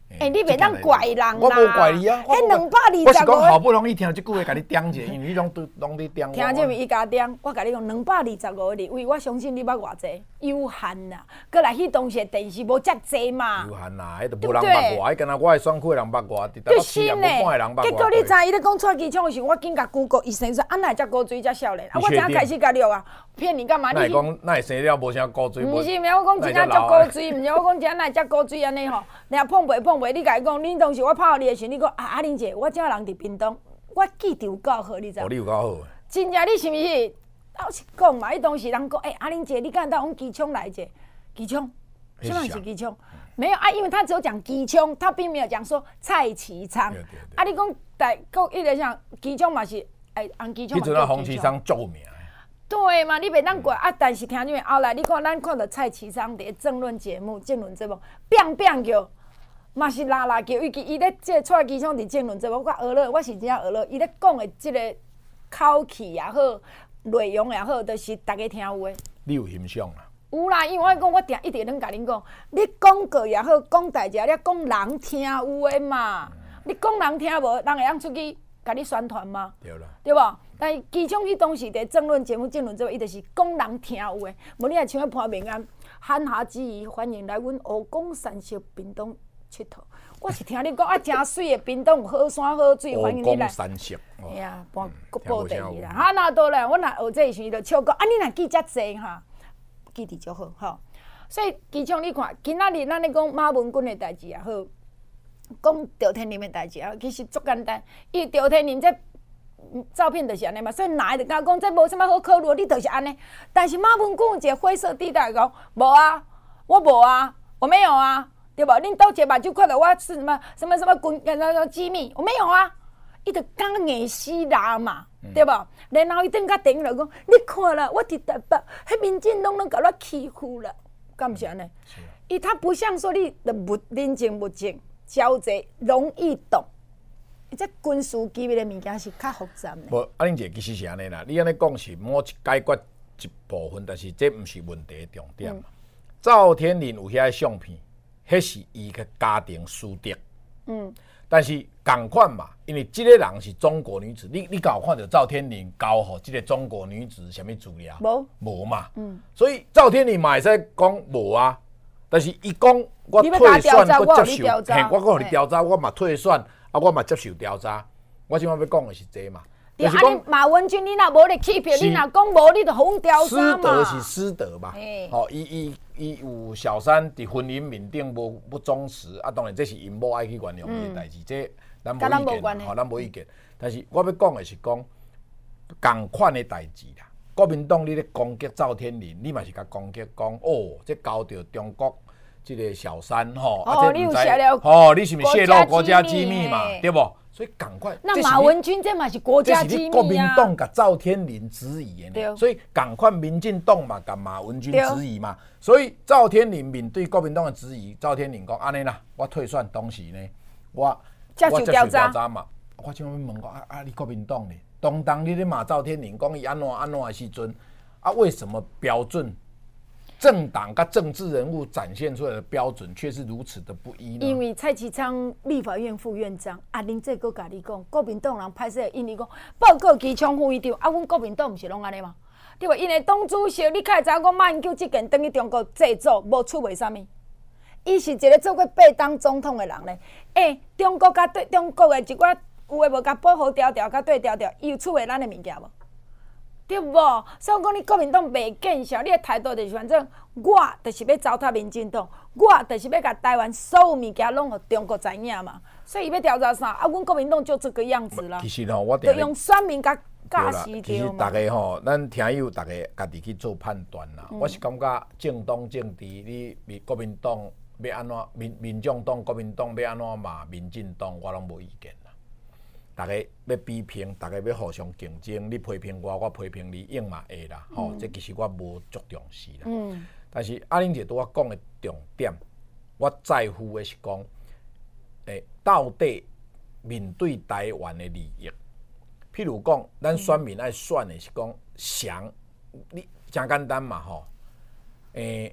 哎、欸，你袂当怪人啦！ 我无怪你啊！ 迄两百二十五， 我是讲好不容易听这句话，甲你点者，因为你拢都拢伫点我。 听这么伊家点，我甲你讲两百二十五个立委，我相信你捌偌济，有限啦。过来迄当时电视无遮济嘛。 有限啦，迄都无人捌我，迄敢若我的选区的人捌我，伫台北市也无半个人捌我。 结果你知伊咧讲蔡其昌的时候，我紧甲 Google 伊生出，啊哪会遮高水遮少年？啊，我怎开始甲录啊？骗你干嘛？ 那会讲那会生了无啥高水？ 毋是，毋是我讲真正足高水，毋是我讲真哪会遮高水安尼吼？然后碰袂碰袂，你甲伊讲，你当时我拍互你的时候，你讲啊阿玲姐，我遮人伫屏东，我记得有够好，你知？ 哦，你有够好。 真正你是毋是？老实讲嘛，迄当时人讲，诶、欸，阿玲姐，你敢当往基昌来者？基昌，什么是基昌？没有啊，因为他只有讲基昌，他并没有讲说蔡其昌。对对对啊，你讲大国一直讲基昌嘛是，哎，按基昌嘛叫基昌。迄阵啊， 洪其昌著名。 对嘛，你袂当怪、嗯、啊！但是听你们后来，你看咱看到蔡其昌伫政论节目、政论节目，biang biang叫，嘛是啦啦叫，伊伊咧即蔡其昌伫政论节目，我学了，我是真正学了，伊咧讲的即个口气也好，内容也好，都、就是大家听有诶。 你有欣赏啦？ 有啦，因为我讲我定一直拢甲恁讲，你广告也好，讲代志，你讲人听有诶嘛。嗯、你讲人听无，人会当出去甲你宣传吗？对啦，对无？但是其中迄当时伫政论节目、政论节目，伊就是讲人听有诶。无你也像咧潘明安，罕下之意，欢迎来阮湖广山色屏东佚佗。我是听你讲啊，真水诶，屏东有好山好水，欢迎你来。 湖广山色。哎呀，报报地去啦。啊，那倒来，我若学这时伊就笑讲，啊，你若记遮济哈，记得就好吼。所以其中你看，今仔日咱咧讲马文君诶代志也好，讲赵天林诶代志也好，其实足简单。伊赵天林这。照片就是安尼嘛，所以哪会甲讲这无啥物好考虑，你就是安尼。但是马文君有一个灰色地带讲，无啊，我无啊，我没有啊，对无？恁倒一个目睭看到我是什么什么什么军什么机密，我没有啊，伊就讲硬死啦嘛，嗯、对无？然后伊等甲顶了讲，你看啦，我伫台北，迄民进党拢甲我欺负啦，敢毋是安尼？伊、啊、他不像说你的不冷静不静，交济容易懂。这军事机密的物件是较复杂的。 无，阿玲姐其实是安尼啦。你安尼讲是某解决一部分，但是这毋是问题的重点嘛。嗯、赵天麟有遐相片，迄是伊个家庭私德。嗯。但是共款嘛，因为即个人是中国女子，你你敢有看到赵天麟交互即个中国女子什么资料？无。无嘛。嗯。所以赵天麟嘛会使讲无啊，但是伊讲我退选，我接受，嘿，我搁互你调查，我嘛退选。啊，我嘛接受调查，我即摆要讲的是这嘛。 就是讲马文君，你若无咧欺骗，你若讲无，你就互调查嘛。 私德是私德嘛，吼、哦，伊伊伊有小三伫婚姻面顶无不忠实，啊，当然这是因某爱去原谅伊的代志，嗯、这咱无意见，吼，咱无意见。但是我要讲的是讲共款的代志啦。国民党你咧攻击赵天麟，你嘛是甲攻击讲哦，这交着中国。这个小三吼， 哦，啊、你有泄露， 哦，你是毋是泄露国家机密嘛？对不？所以赶快。 那马文君这嘛是国家机密啊！ 国民党甲赵天麟质疑的，所以赶快民进党嘛甲马文君质疑嘛。所以赵天麟面对国民党的质疑，赵天麟讲安尼啦，我退选当时呢，我接受调查嘛。我今要问讲啊啊，你国民党呢？当当你咧骂赵天麟讲伊安怎安怎的时阵，啊为什么标准？政党跟政治人物展现出来的标准却是如此的不一呢？ 因为蔡其昌立法院副院长，啊，恁这个甲你讲，国民党人拍摄的，因为讲报告其昌副院长，啊，阮国民党毋是拢安尼吗？对吧？因为党主席，你开早讲马英九这件等于中国制作，无出卖啥物？伊是一个做过八当总统的人咧。诶、欸，中国甲对中国的一寡有诶无甲保护条条甲对条条，伊有出卖咱的物件无？对无？所以讲你国民党袂见效，你的态度就是反正我就是要糟蹋民进党，我就是要甲台湾所有物件拢互中国知影嘛。所以伊要调查啥？啊，阮国民党就这个样子啦。 其实吼，我就用选民甲驾驶掉嘛。 其实大家吼，咱听友大家家己去做判断啦。嗯、我是感觉政党政治，你国民党要安怎，民民众党、国民党要安怎骂民进党，我拢无意见。大家要比拼，大家要互相竞争。你批评我，我批评你，用嘛会啦。吼、嗯，这其实我无足重视啦。嗯。但是阿玲姐对我讲的重点，我在乎的是讲，诶，到底面对台湾的利益，譬如讲，咱选民爱选的是讲想，你真简单嘛吼，诶，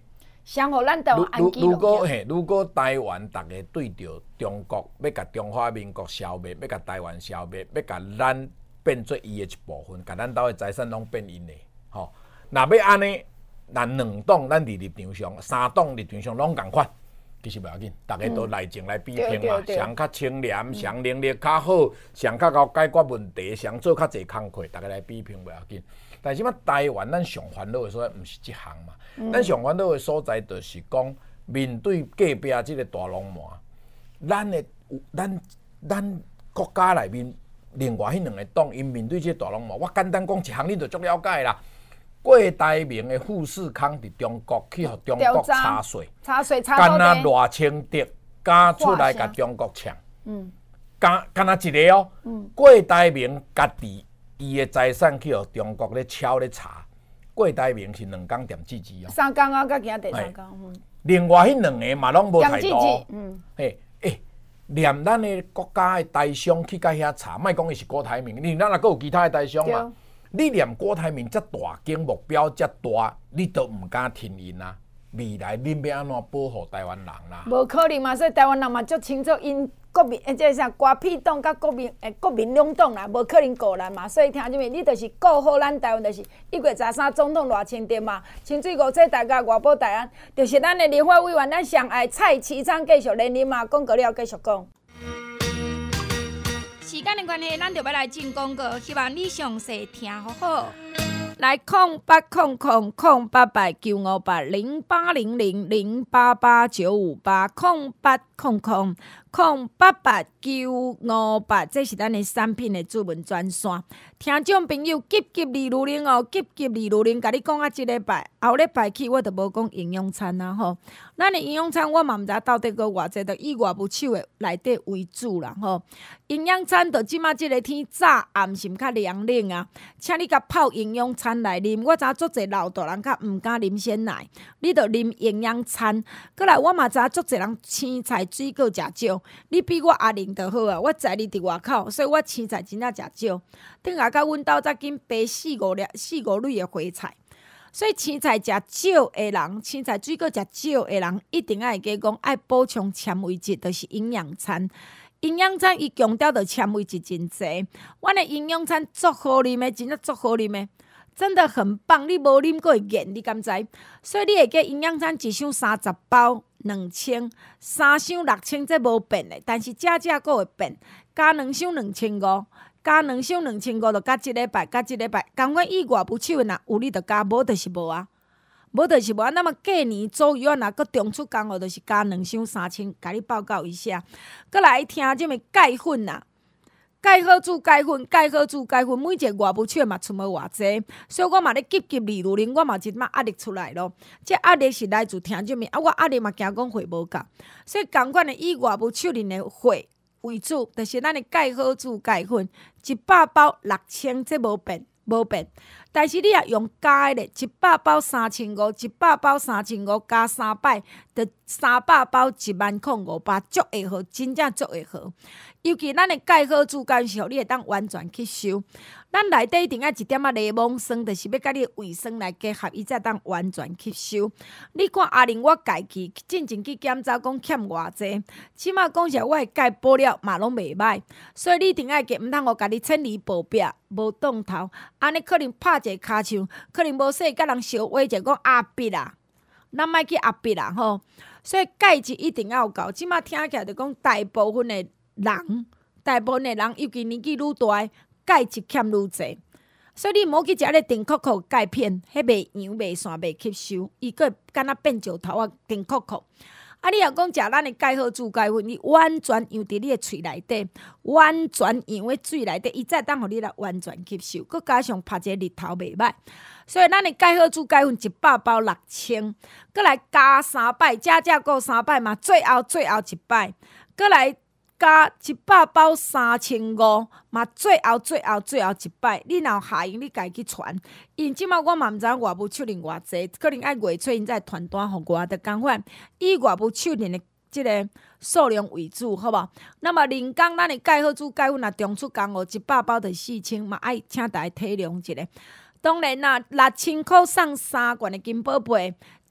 想互咱台湾安居乐业。 如果嘿，如果台湾大家对着中国要甲中华民国消灭，要甲台湾消灭，要甲咱变做伊的一部分，甲咱岛的财产拢变因的，吼。若要安尼，咱两党咱伫立场上，三党立场上拢共款，其实袂要紧，大家都来前来比拼嘛，谁较清廉，谁能力较好，谁较够解决问题，谁做较侪工课，大家来比拼袂要紧。但是嘛，台湾咱上烦恼的所在，毋是即项嘛。嗯、咱上烦恼的所在，就是讲面对隔壁即个大龙膜，咱的咱咱国家内面另外迄两个党，因面对即个大龙膜，我简单讲一项，你就足了解啦。郭台铭的富士康伫中国去互中国查税， 查税查干那偌千亿，敢出来甲中国抢，嗯，干干那一个哦，嗯，郭台铭家己。伊的财产去互中国咧敲咧查，郭台铭是两工点记记哦。 三工啊，甲今仔第三工。嗯。 另外迄两个嘛拢无太多。 嗯。 嘿，诶，连咱的国家的台商去甲遐查，莫讲伊是郭台铭，你咱也阁有其他的台商嘛。你连郭台铭遮大间目标遮大，你都毋敢听因啊？未来恁要安怎保护台湾人啦？ 无可能嘛，所以台湾人嘛足清楚因。国民，诶，即啥瓜屁党甲国民，诶，国民两党啦，无可能过咱嘛。所以听什么，你就是顾好咱台湾，就是一月十三总统偌清点嘛，清水五彩大家外保台湾，就是咱的立法委员，咱上爱蔡其昌继续连任嘛。广告了，继续讲。时间的关系，咱就要来进广告，希望你详细听好好。来空八空空空八八九五八零八零零零八八九五八空八空空空八八九五八，这是咱的产品的主文专线。听众朋友，急急二六零哦，急急二六零，甲你讲啊，一礼拜后礼拜起我就无讲营养餐啊吼。咱的营养餐我嘛毋知到底个偌济，就以外部手的内底为主啦吼。营养餐就即马即个天早暗时较凉冷啊，请你甲泡营养餐来啉。我知足侪老大人较毋敢啉鲜奶，你着啉营养餐。过来我嘛知足侪人青菜水果食少，你比我阿玲就好啊。我知你伫外口，所以我青菜真正食少。等下到阮兜才紧掰四五粒、四五蕊的花菜。所以青菜食少的人，青菜水果食少的人，一定爱加讲爱补充纤维质，就是营养餐。营养餐伊强调的纤维质真济，阮的营养餐足好啉的，真正足好啉的，真的很棒。你无啉过会厌，你敢知？所以你会记营养餐一箱三十包两千，三箱六千，这无变的，但是价价阁会变，加两箱两千五。加两箱两千五，就加一礼拜，加一礼拜。共款以外不手的，有你就加，无就是无啊，无就是无啊。那么过年左右啊，若阁中出工号，就是加两箱三千，甲你报告一下。阁来听即个钙粉啊，钙好煮钙粉，钙好煮钙粉，每一个外部手嘛出无偌济，所以我嘛咧急急二六零，我嘛即摆压力出来咯。这压力是来自听即个，啊，我压力嘛惊讲血无够，所以共款的以外部手里的血。为主，就是咱的钙好煮钙粉，一百包六千，这无变，无变。但是你也用加的咧，一百包三千五，一百包三千五加三百，就三百包一万空五百，足会好，真正足会好。尤其咱的钙好煮钙是，你会当完全吸收。咱内底一定要一点仔柠檬酸，就是要甲你的胃酸来结合，伊才当完全吸收。你看阿玲，我家己进前去检查，讲欠偌济，起码讲是我的钙补了嘛拢袂歹，所以你一定要记，毋通互家己千里保壁，无动头，安尼可能拍一个骹手，可能无说甲人小话者讲压迫啦，咱莫去压迫啦吼。所以钙质一定要有够，即马听起来就讲大部分的人，大部分的人，尤其年纪愈大，钙质欠愈济，所以你莫去食咧定扣扣钙片，迄袂样袂散袂吸收，伊个敢若变石头啊定扣扣。啊，你若讲食咱的钙好煮钙粉，你完全样伫你的喙内底，完全样的水内底，伊才当互你来完全吸收，佮加上拍一个日头袂歹。所以咱的钙好煮钙粉一百包六千，佮来加三百，加价够三百嘛，最后最后一百，佮来。加一百包三千五，嘛最后最后最后一摆，你若下用你家己传。因即马我嘛毋知外部手令偌济，可能爱月初因才传单互我，着共款以外部手令的即个数量为主，好无？那么人工咱的钙好煮钙粉若中出工哦，一百包着四千，嘛爱请大家体谅一下。当然啦，六千块送三罐的金宝贝，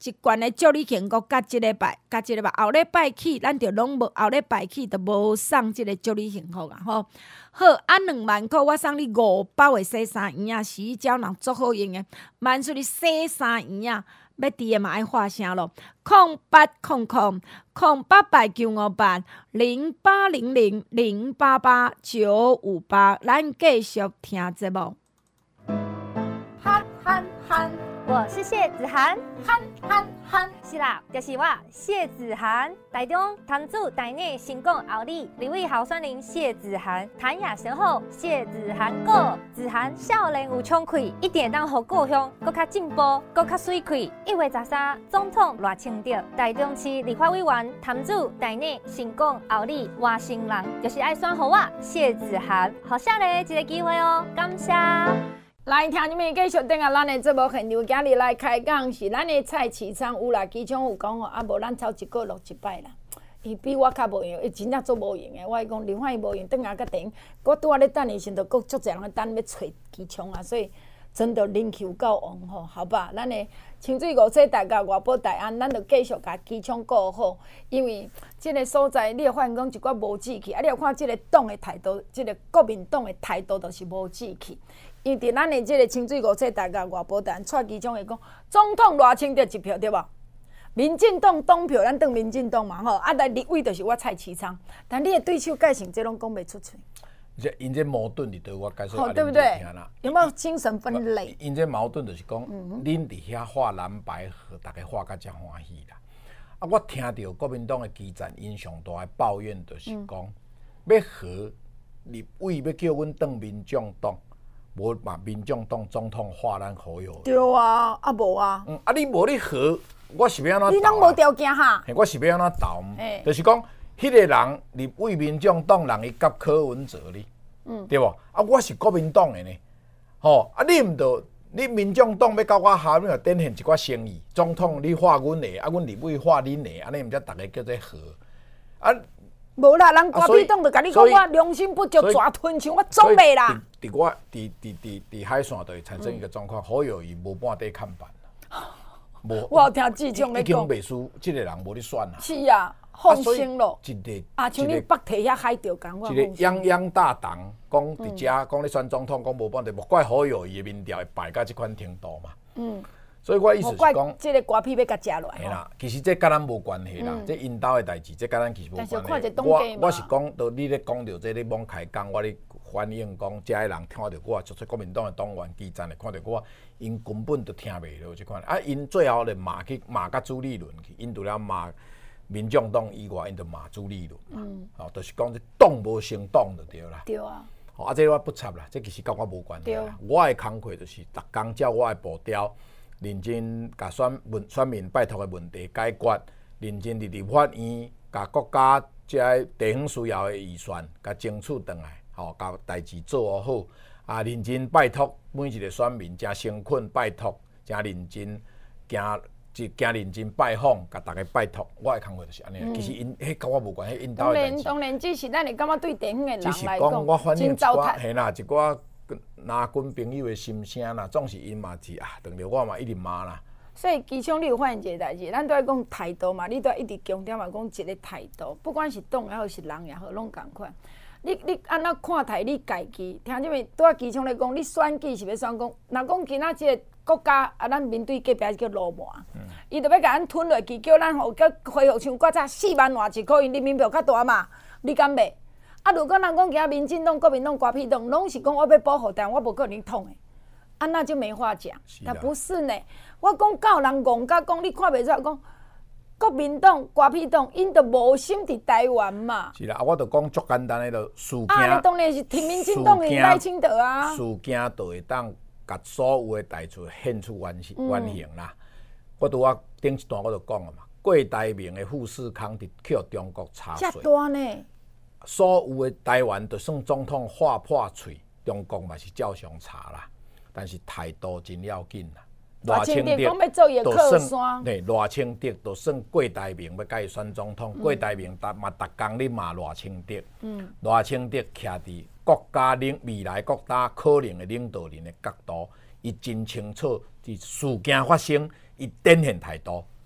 一罐的祝你幸福，甲即礼拜，甲即礼拜后礼拜起，咱就拢无后礼拜起就无送即个祝你幸福啊！吼，好，啊两万块我送你五包的洗衫圆啊，洗衣胶囊足好用的，万岁你洗衫圆啊！要伫的嘛爱发声咯，空八空空空八八九五八零八零零零八八九五八，咱继续听节目。 憨憨憨，我是谢子涵，憨憨憨，是啦，就是我谢子涵。台中潭子台内成功后里，立位候选人谢子涵，谭雅神后谢子涵过，子涵少年有冲气，一定当互故乡搁较进步，搁较水气。一月十三，总统赖清德，台中市立法委员潭子台内成功后里外省人，就是爱选互我谢子涵，好下咧一个机会哦，感谢。 来，听你们继续等下咱的节目现场，今日来开讲是咱的蔡启昌有啦，机场有讲哦，啊无咱超一个录一摆啦。伊比我较无用，伊真正做无用的。我讲林焕伊无用，等下甲电，我拄仔咧等伊时，就阁足侪人等要找机场啊，所以真的人气有够旺吼，好吧？咱的清水五世大甲外保大安，咱就继续甲机场顾好，因为即个所在你会发现讲一寡无志气，啊，你有看即个党的态度，即、這个国民党的态度就是无志气。因为伫咱的即个清水五世大甲外保大安，蔡机场会讲总统赖清德一票对无？民进党党票咱当民进党嘛吼，啊来立委就是我蔡启昌，但你的对手介绍这拢讲袂出嘴。 这因这矛盾伫倒，我解释好，对不对？有没有精神分裂？ 因这矛盾就是讲，恁伫遐画蓝白合，大家画甲真欢喜啦。啊，我听到国民党的基层因上大的抱怨，就是讲、嗯、要和立委要叫阮当民众党。无把民众党总统画咱好友。 对啊，啊无啊。 嗯，啊你无你和，我是要安怎？ 你拢无条件哈。 我是要安怎投？欸、就是讲，迄、那个人立委民众党人伊甲柯文哲哩，嗯，对无？啊，我是国民党的呢，吼、哦，啊你毋着，你民众党要甲我下面展现一寡诚意，总统你画阮的，啊阮立委画恁的，安尼毋则大家叫做和，啊。 无啦，人国民党就甲你讲我良心不足，抓吞像我总袂啦。 伫我伫伫伫伫海线就会产生一个状况，好友伊无半底看板啦。无， 我有听志忠咧讲， 已经袂输，即个人无咧选啦。 是啊，放心咯。 一个啊，像你北堤遐海钓港，我一个泱泱大党讲伫遮讲咧选总统，讲无半底，莫怪好友伊的民调会败到即款程度嘛。嗯。所以我意思是讲， 即个瓜皮要甲食落。 嘿啦，其实这甲咱无关系啦，这因兜的代志，这甲咱其实无关系。我我是讲，到你咧讲到这咧罔开讲，我咧反映讲，遮个人听到我，就说国民党的党员基层的看到我，因根本就听袂落即款。啊，因最后咧骂去骂甲朱立伦去，因除了骂民众党以外，因就骂朱立伦。嗯。哦，就是讲这党无成党就对啦。 对啊。 哦，啊，这我不插啦，这其实甲我无关系啦。我的工课就是逐工照我的步调。认真甲选问选民拜托的问题解决，认真伫立法院甲国家即个地方需要的预算甲争取转来，吼，甲代志做好。啊，认真拜托每一个选民，真诚恳拜托，真认真行，即行认真拜访，甲大家拜托。我的工作就是安尼、嗯。其实因迄甲我无关系，因兜的代志。当然，当然， 只是咱会感觉对地方的人来讲， 只是讲我反映一寡，嘿啦，一寡。拿军朋友的心声啦，总是因嘛是啊，当着我嘛一直骂啦。 所以机场你有发现一个代志，咱都在讲态度嘛，你都要一直强调嘛，讲一个态度，不管是党也好是人也好，拢共款。你你安怎看待你家己？听即位拄仔机场咧讲，你选举是要选讲，若讲今仔即个国家啊，咱面对隔壁叫罗马，伊就要甲咱吞落去，叫咱吼叫恢复像较早四万偌一箍，因人民币较大嘛，你敢袂？啊！如果人讲其他民进党、国民党、国民党，拢是讲我要保护台湾，我无可能统的，啊那就没话讲。但不是呢，我讲教人戆甲讲，你看袂出来讲，国民党、国民党，因都无心伫台湾嘛。 是啦，啊，我就讲足简单的就事件。 啊，你当然是听民进党的赖清德啊。 事件就会当甲所有的代志献出原原形啦。嗯、我拄仔顶一段我就讲了嘛，郭台铭的富士康伫去中国查税。 遮大呢？ 所有的台湾就算总统划破嘴，中国嘛是照常查啦，但是态度真要紧啦。 赖清德讲要做伊靠山， 对，赖清德就算郭台铭要甲伊选总统，郭、嗯、台铭嘛逐工咧骂赖清德，嗯，赖清德徛伫国家领未来国家可能的领导人的角度，伊真清楚，伫事件发生，伊展现态度，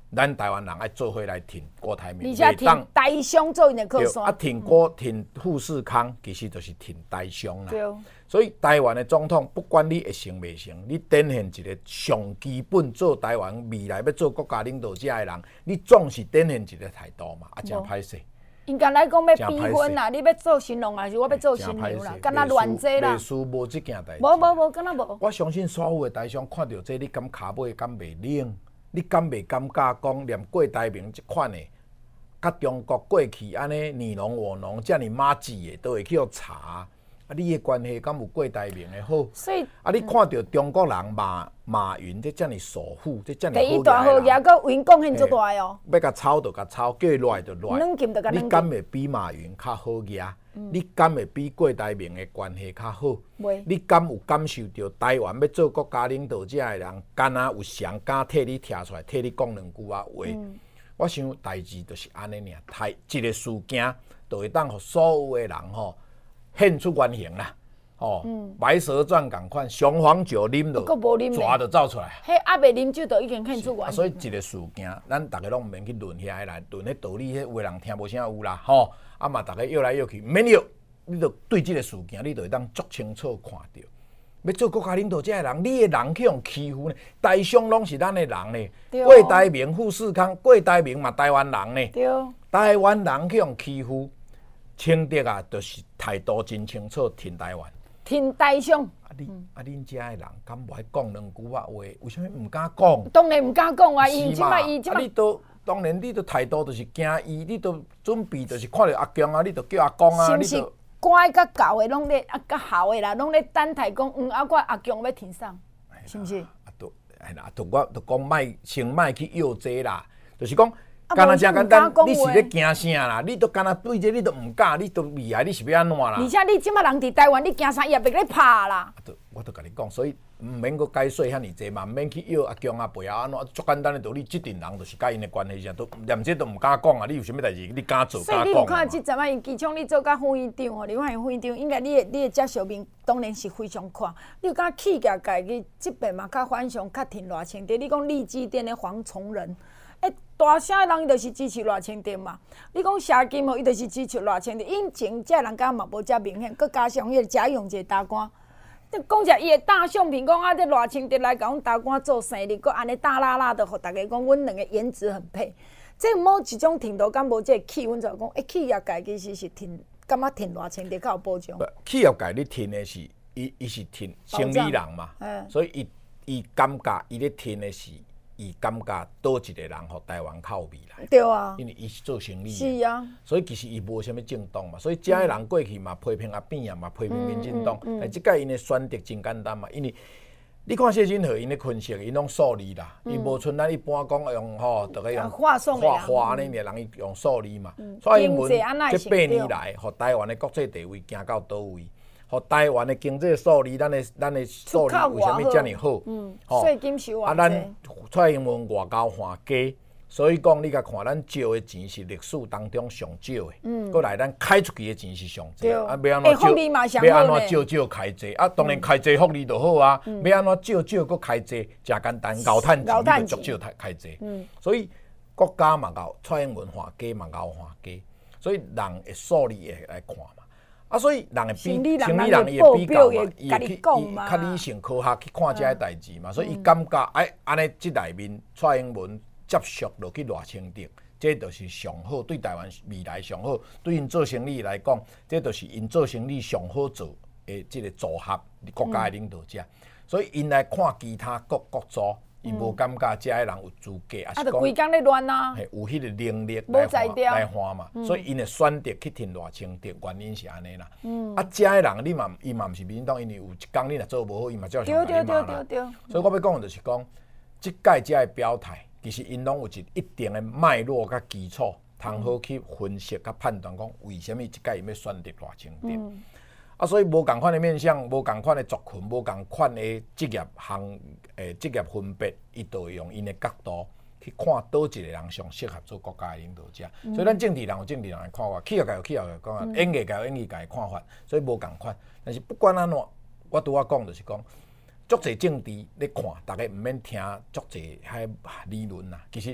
咱台湾人爱做伙来挺郭台铭， 而且挺台商做因的靠山。 啊，挺郭挺富士康，其实就是挺台商啦。 对。 所以台湾的总统，不管你会成未成，你展现一个上基本做台湾未来要做国家领导者的人，你总是展现一个态度嘛，啊，真歹势。 应该来讲要逼婚啦，你要做新郎还是我要做新娘啦？敢若乱做啦。 历史无即件代志。 无无无，敢若无。 我相信所有的台商看到这，你敢卡尾敢袂冷？你敢袂感觉讲连郭台铭即款的，甲中国过去安尼你侬我侬遮尔马子的，都会去查。啊，你的关系敢有郭台铭的好？ 所以啊，你看到中国人马马云这遮尔首富，这遮尔好。 第一大好嘢，佮为贡献足大哦。 要甲炒就甲炒，叫伊来就来。你敢会比马云较好嘢？嗯、你敢会比郭台铭的关系较好？ 袂。 你敢有感受到台湾要做国家领导者的人，敢若有谁敢替你提出来，替你讲两句啊话？嗯、我想代志就是安尼尔，太一个事件，就会当互所有的人吼。现出原形啦，哦，嗯、白蛇传共款，雄黄酒啉落，蛇就走出来。 迄还未啉酒，就已经现出原形。 所以一个事件，咱大家拢毋免去论遐来，论迄道理，迄有人听无啥有啦，吼。啊嘛，大家摇来摇去，免摇，你着对即个事件，你着会当足清楚看到。要做国家领导者的人，你的人去用欺负呢？台商拢是咱的人呢。郭台铭、富士康，郭台铭嘛台湾人呢。 对。 台湾人去用欺负。清德啊，就是态度真清楚，挺台湾， 挺台商。 啊你、嗯、啊，恁遮的人敢无爱讲两句话话？为什么毋敢讲？ 当然毋敢讲啊！伊即摆伊即摆， 你都当然你都态度就是惊伊，你都准备就是看到阿强啊，你就叫阿公啊， 你就乖甲教的拢咧啊，甲校的啦，拢咧等待讲，嗯啊，我阿强要挺上，是毋是？ 啊，都哎啦，都我都讲莫先莫去要这啦，就是讲。干那真简单，你是咧惊啥啦？你都干那对这，你都唔敢，你都厉害，你是要安怎啦？ 而且你即摆人伫台湾，你惊啥也别咧拍啦。 我都甲你讲，所以唔免个解说遐尼济嘛，唔免去要阿强啊、陪啊安怎，足简单的道理，即阵人就是甲因的关系上，都连这都唔敢讲啊！你有啥物代志，你敢做敢讲？ 所以你有看即阵啊，因机场你做甲副院长哦，你看副院长，应该你的你的接受面当然是非常宽。你有甲企业界己即边嘛，较反常，较挺热情的。你讲利基店的黄崇仁。诶，大声的人伊就是支持赖清德嘛。你讲社金吼，伊就是支持赖清德。因前遮人敢嘛无遮明显，佮加上迄个假用一个大官。你讲者伊的大相片，讲啊，这赖清德来甲阮大官做生意，佮安尼大拉拉的，互大家讲，阮两个颜值很配。这某一种程度，敢无这个气，阮就讲，诶，企业界其实是挺，感觉挺赖清德较有保障。 企业界你挺的是，伊伊是挺生理人嘛，所以伊伊感觉伊咧挺的是。伊感觉倒一个人，互台湾靠未来。 对啊， 因为伊是做生意。 是啊。 所以其实伊无啥物政党嘛，所以遮个人过去嘛批评阿扁啊，嘛批评民进党。嗯嗯嗯、但即届因的选择真简单嘛，因为你看谢金河因的分析，因拢数字啦，伊、嗯、无像咱一般讲用吼，逐个用画画安尼个人伊用数字嘛。蔡英文这八年来，互台湾的国际地位行到倒位？互台湾的经济数字，咱的咱的数字为虾米遮尔好？嗯， 税金收啊，咱蔡英文外交还价，所以讲你甲看，咱借的钱是历史当中上少的。嗯，过来咱开出去的钱是上济，啊，要安怎少？要安怎少少开济？啊，当然开济福利就好啊。要安怎少少搁开济？真简单，高趁钱你就足少开济。嗯，所以国家嘛搞蔡英文还价嘛搞还价，所以人的数字会来看嘛。啊，所以人会比，心理人伊会比较嘛，伊会去，伊较理性科学去看遮个代志嘛，所以伊感觉哎，安尼即内面蔡英文接续落去赖清德，这就是上好，对台湾未来上好，对因做生意来讲，这就是因做生意上好做的即个组合国家的领导者，所以因来看其他各国组。伊无感觉遮个人有资格，也是讲， 规工咧乱啊， 有迄个能力来换来换嘛，所以因会选择去挺赖清德，原因是安尼啦。啊，遮个人你嘛，伊嘛毋是民进党，因为有一工你若做无好，伊嘛照常来骂啦。所以我要讲的就是讲，即届遮个表态，其实因拢有一一定的脉络甲基础，通好去分析甲判断，讲为虾米即届伊要选择赖清德。啊，所以无共款的面向，无共款的族群，无共款的职业行诶职业分别，伊都会用因的角度去看倒一个人上适合做国家的领导者。嗯、所以咱政治人有政治人的看法，企业界有企业界的看法，演艺界有演艺界的看法，所以无共款。但是不管安怎，我拄仔讲就是讲，足侪政治咧看，大家毋免听足侪遐理论啦。其实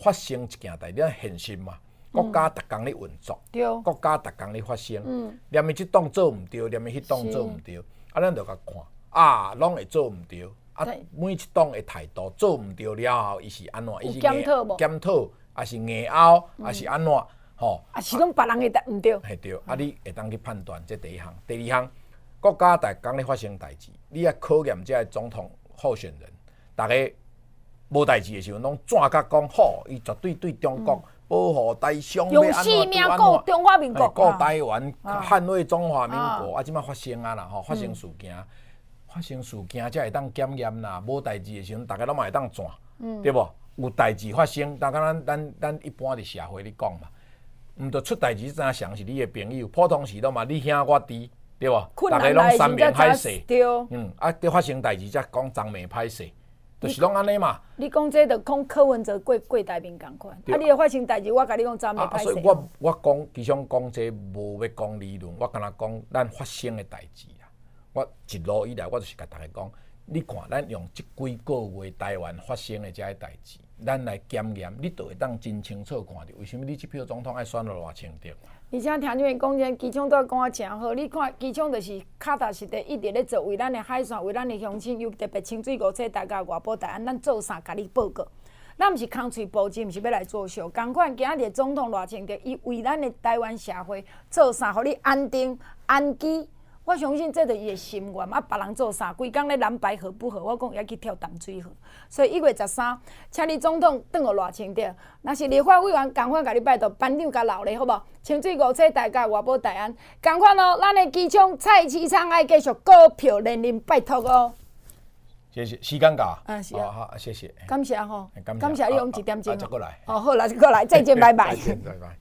发生一件代志，现实嘛。国家逐工咧运作， 嗯、 国家逐工咧发生， 嗯， 连伊即档做毋对，连伊迄档做毋对，啊，咱着甲看，啊，拢会做毋对，啊，每一档的态度做毋对了后，伊是安怎？伊是检讨无？ 检讨，啊是硬拗，啊是安怎？吼、 啊是讲别人会毋对？ 系对，啊你会当去判断，这第一项。第二项，国家逐工咧发生代志，你要考验这总统候选人，逐个无代志的时候，拢转甲讲好，伊绝对对中国。嗯保护台商， 用性命顾中华民国， 顾台湾，捍卫中华民国。啊，即摆发生啊啦，吼，发生事件，嗯、发生事件才会当检验啦。无代志的时阵，大家拢嘛会当转，嗯、对无？有代志发生，大家咱咱咱一般伫社会咧讲嘛，毋着出代志，怎想是你的朋友？普通时都嘛，你兄我弟，对无？大家拢三面歹势，嗯，啊，伫发生代志才讲张面歹势。就是拢安尼嘛。 你讲这着讲柯文哲过过台面共款，啊，你著发生代志，我甲你讲昨暝歹势。 所以我我讲，其实讲这无要讲理论，我敢若讲咱发生的代志啦。我一路以来，我就是甲大家讲，你看咱用即几个月台湾发生的这些代志，咱来检验，你就会当真清楚看到，为什么你这票总统爱选落偌清点。 而且听你们讲，这机场都讲啊诚好。你看机场就是脚踏实地，一直咧做，为咱的海线，为咱的乡亲，又特别清水五车大家外保台湾，咱做啥？甲你报告。咱毋是空嘴保证，毋是要来作秀。共款今日总统偌清着，伊为咱的台湾社会做啥？互你安定、安居。我相信这是伊的心愿。啊，别人做啥？规工咧蓝白合不合？我讲也去跳淡水河。所以一月十三，请你总统转互偌清着。若是立法委员，共款甲你拜托班长甲留咧，好无？清水五车大家外保台湾，共款哦。咱的机场蔡市昌爱继续股票连连拜托哦。 谢谢，时间到。 啊，是啊。 好，谢谢。 感谢吼，感谢你用一点钟。 再过来。 哦，好啦，再过来，再见，拜拜。 再见，拜拜。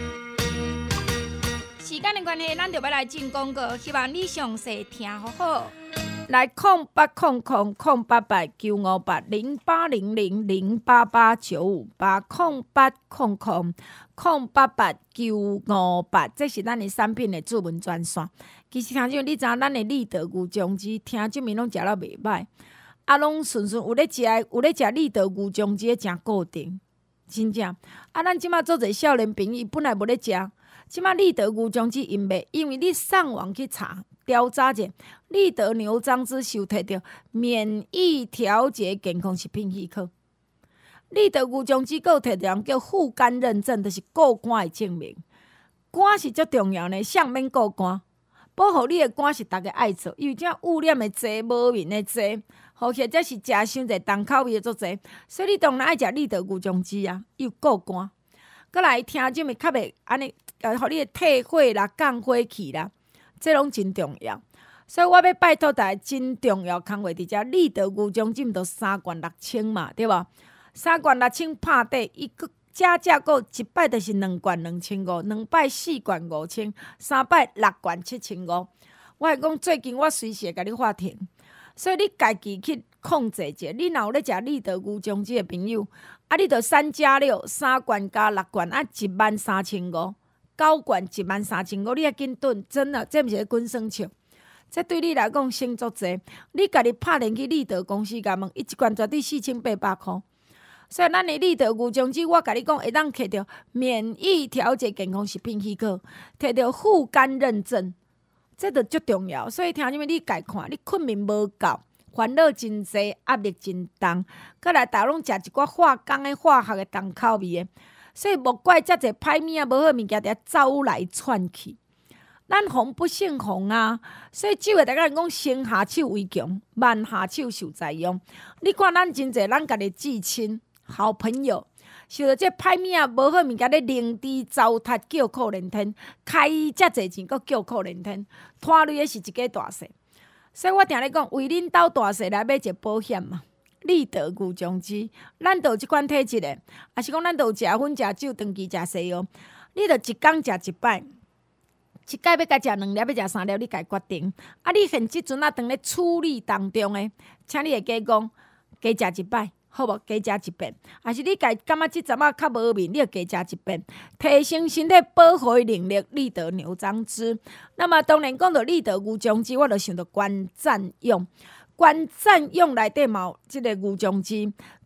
时间的关系，咱就要来进广告，希望你详细听好好。来空八空空空八八九五八零八零零零八八九五八空八空空空八八九五八，这是咱的产品的主文专线。其实听众，你知影咱的立德牛酱汁，听众面拢食了袂歹，啊，拢顺顺有咧食，有咧食立德牛酱汁真固定，真正。啊，咱即马做者少年朋友本来无咧食。即马立德牛酱汁因卖，因为你上网去查调查者，立德牛樟汁受摕到免疫调节健康食品许可。立德牛酱汁还摕到叫护肝认证，就是过肝的证明。肝是足重要的，啥免过肝，保护你的肝是大家爱做，因为这污染的济、无面的济，或者是食伤济重口味的足济，所以你当然爱食立德牛酱汁啊，又过肝。搁来听种咪较袂安尼，呃，互你退火啦、降火气啦，这拢真重要。所以我要拜托大家，真重要工课伫遮，立德牛酱汁都三罐六千嘛，对无？三罐六千拍底，伊搁加价购一摆就是两罐两千五，两摆四罐五千，三摆六罐七千五。我是讲最近我随时会甲你发停，所以你家己去控制一下。你若有咧食立德牛酱汁的朋友。啊！你着三加六，三罐加六罐，啊，一万三千五，九罐一万三千五，你也紧囤，真的，这毋是滚算笑，这对你来讲省足济。你家己拍电去立德公司甲问，伊一罐绝对四千八百箍。所以咱的立德牛酱汁，我甲你讲，会当摕到免疫调节健康食品许可，摕到护肝认证，这着足重要。所以听你们你家看，你困眠无够。烦恼真济，压力真重，搁来逐拢食一寡化工的、化学的重口味的，所以莫怪遮济歹物啊、无好物件伫遐走来窜去。咱防不胜防啊，所以酒的大家讲先下手为强，慢下手受灾殃。你看咱真济咱家己至亲、好朋友，受到这歹物啊、无好物件咧凌迟糟蹋，叫苦连天，开遮济钱，搁叫苦连天，拖累的是一家大细。所以我定咧讲，为恁兜大细来买一个保险嘛，立德牛酱汁，咱都有即款体质的，也是讲咱都有食薰、食酒、长期食西药，你着一工食一摆，一摆要甲食两粒，要食三粒，你家决定。啊，你现即阵啊，当咧处理当中的，请你会加讲，加食一摆，好无？加食一遍，还是你家感觉即阵啊较无面，你就加食一遍，提升身体保护的能力。立德牛樟汁，那么当然讲到立德牛酱汁，我就想到关赞用。关赞用内底嘛有即个牛酱汁，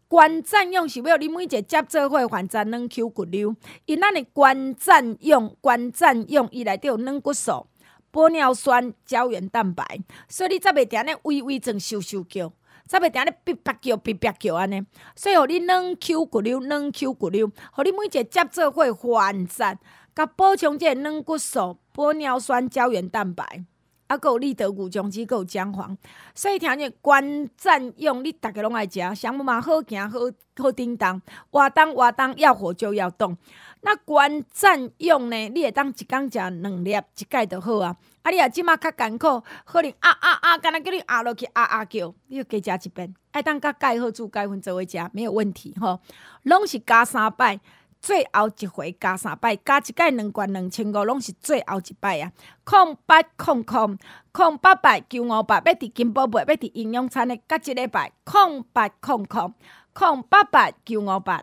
关占用是要你每一个接做伙还原软 Q 骨瘤，因咱的关占用、关占用伊内底有软骨素、玻尿酸、胶原蛋白，所以你才袂定咧微微整咻咻叫，才袂定咧哔哔叫、哔哔叫安尼。所以，互你软 Q 骨瘤、软 Q 骨瘤，互你每一个接做伙还原，甲补充这个软骨素、玻尿酸、胶原蛋白。啊，还有利得谷种子，还有姜黄，所以听见关占用，你大家拢爱食，上嘛好行好好叮当，活动活动要火就要动。那关占用呢？你会当一工食两粒，一盖就好啊。啊，你若即马较艰苦，可能啊啊啊，干那叫你压落去啊啊叫，你就加食一遍，爱当甲钙好煮钙粉做伙食，没有问题吼。拢是加三摆。最后一回加三摆，加一摆两罐两千五，拢是最后一摆啊！空八空空空八百九五八，要伫金宝贝，要伫营养餐的，加一礼拜空八空空空八百九五八。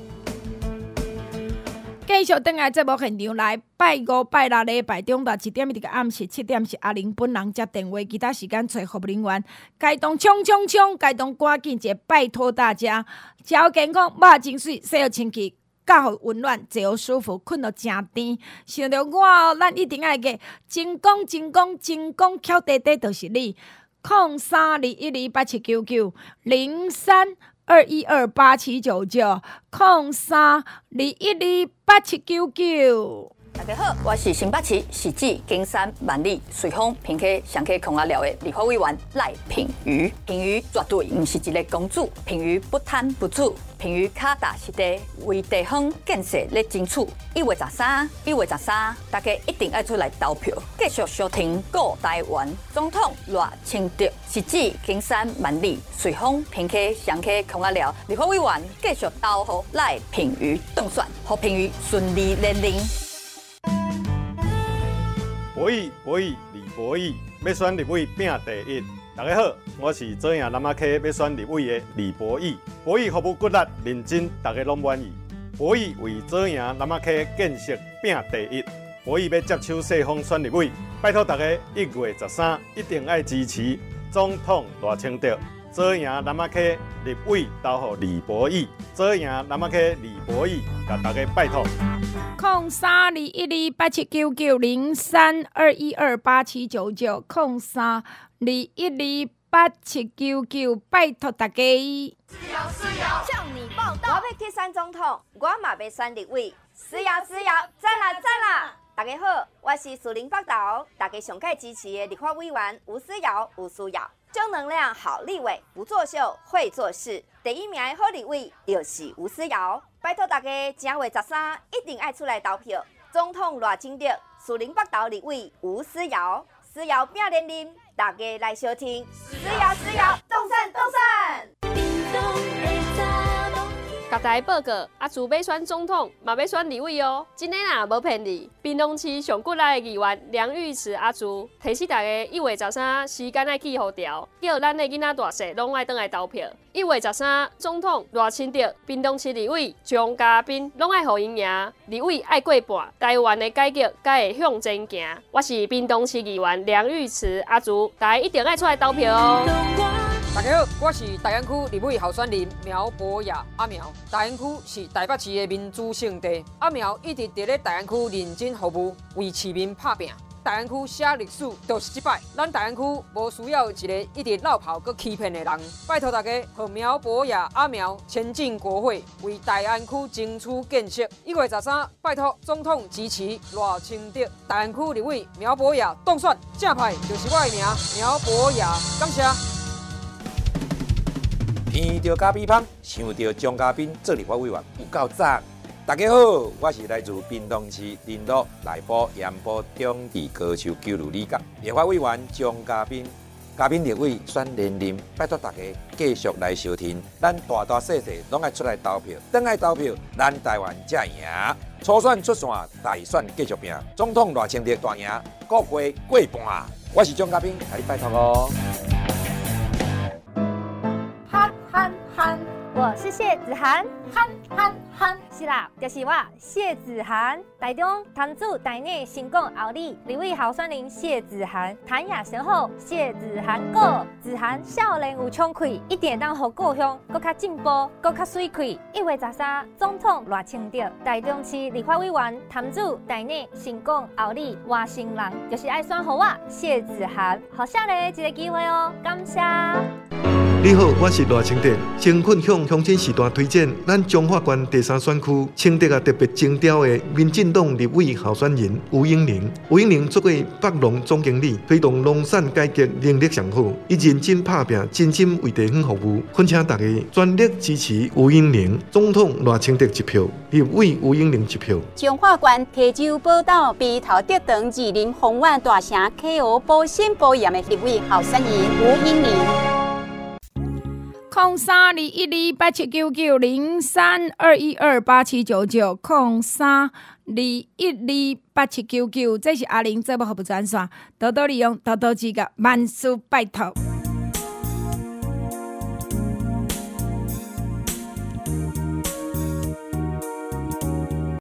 继续登来节目现场来，拜五、拜六礼拜中昼一點一直到暗時七點是阿玲本人接電話，其他時間找服務人員。該當衝衝衝，該當趕緊者，拜託大家，食好健康，肉真水，洗好清氣。覺好溫暖，坐好舒服，困到正甜。想到我哦，咱一定愛個真講真講真講，巧滴滴就是你。空三二一二八七九九零三二一二八七九九空三二一二八七九九。 大家好，我是新北市市长金山万里随风平溪上溪空阿寮的立法委员赖品妤。品妤绝对不是一个公主，品妤不贪不醋，品妤脚踏实地为地方建设咧争取。一月十三，一月十三，大家一定要出来投票，继续收听顾台湾总统赖清德。市长金山万里随风平溪上溪空阿寮立法委员继续投予赖品妤当选，让品妤顺利连任。 博弈博弈李博弈要选立委拼第一。大家好，我是左营南马溪要选立委的李博弈。博弈服务骨力认真，大家拢满意。博弈为左营南马溪建设拼第一。博弈要接手世丰选立委，拜托大家一月十三一定要支持总统赖清德。左营南马溪立委投予李博弈，左营南马溪李博弈，甲大家拜托。 空三二一二八七九九零三二一二八七九九空三二一二八七九九，拜托大家。 是要是要向你报道。我要去选总统，我嘛要选立委，是要是要，赞啦赞啦！大家好，我是树林北投，大家上届支持的立法委员吴思瑶，吴思瑶。正能量好立委，不作秀会做事。第一名的好立委就是吴思瑶，拜托大家正月十三一定要出来投票。总统赖清德，树林北投立委吴思瑶，思瑶拼连任，大家来收听。思瑶思瑶，动身动身！ 甲大家报告，阿朱要选总统，嘛要选立委哦。真诶啦，无骗你。屏东市上骨力的议员梁玉慈阿朱，提醒大家一月十三时间爱记好调，叫咱的囡仔大细拢爱倒来投票。一月十三总统赖清德，屏东市立委张嘉宾拢爱互因赢。立委爱过半，台湾的改革才会向前行。我是屏东市议员梁玉慈阿朱，大家一定爱出来投票哦。 大家好，我是大安区立委候选人苗博雅阿苗。大安区是台北市的民主圣地，阿苗一直伫咧大安区认真服务，为市民拍拼。大安区写历史就是这摆，咱大安区无需要一个一直落跑佮欺骗的人。拜托大家，和苗博雅阿苗前进国会，为大安区争取建设。一月十三，拜托总统支持赖清德。大安区立委苗博雅当选，正派就是我的名苗博雅，感谢。 闻到咖啡香，想到张嘉宾做立法委员有够赞。大家好，我是来自屏东市林路内埔盐埔中地高球九路里角立法委员张嘉宾。嘉宾立委选连任，拜托大家继续来收听，咱大大小小拢爱出来投票，等爱投票，咱台湾才赢。初选出线，大选继续拼，总统赖清德大赢，国会过半。我是张嘉宾，来拜托哦。 憨憨憨，我是谢子涵，憨憨憨。 是啦，就是我谢子涵，台中潭子台内成功后里立委候选人谢子涵，谈也上好，谢子涵过，子涵少年有冲气，一定当互故乡搁较进步，搁较水开。一月十三，总统赖清德，台中市立法委员潭子台内成功后里外省人，就是爱选互我谢子涵，互少年一个机会哦，感谢。 你好，我是赖清德。先困向乡亲时代推荐咱彰化县第三选区清德啊特别征调的民进党立委候选人吴英玲。吴英玲做过北农总经理，推动农产改革能力上好，伊认真打拼，真心为地方服务。恳请大家全力支持吴英玲，总统赖清德一票，立委吴英玲一票。 彰化县溪州宝岛鼻头德堂二林红万大城 K O 保险保险的立委候选人吴英玲。 空三二一二八七九九零三二一二八七九九空三二一二八七九九，这是阿玲节目服务专线，多多利用，多多指教，万事拜托。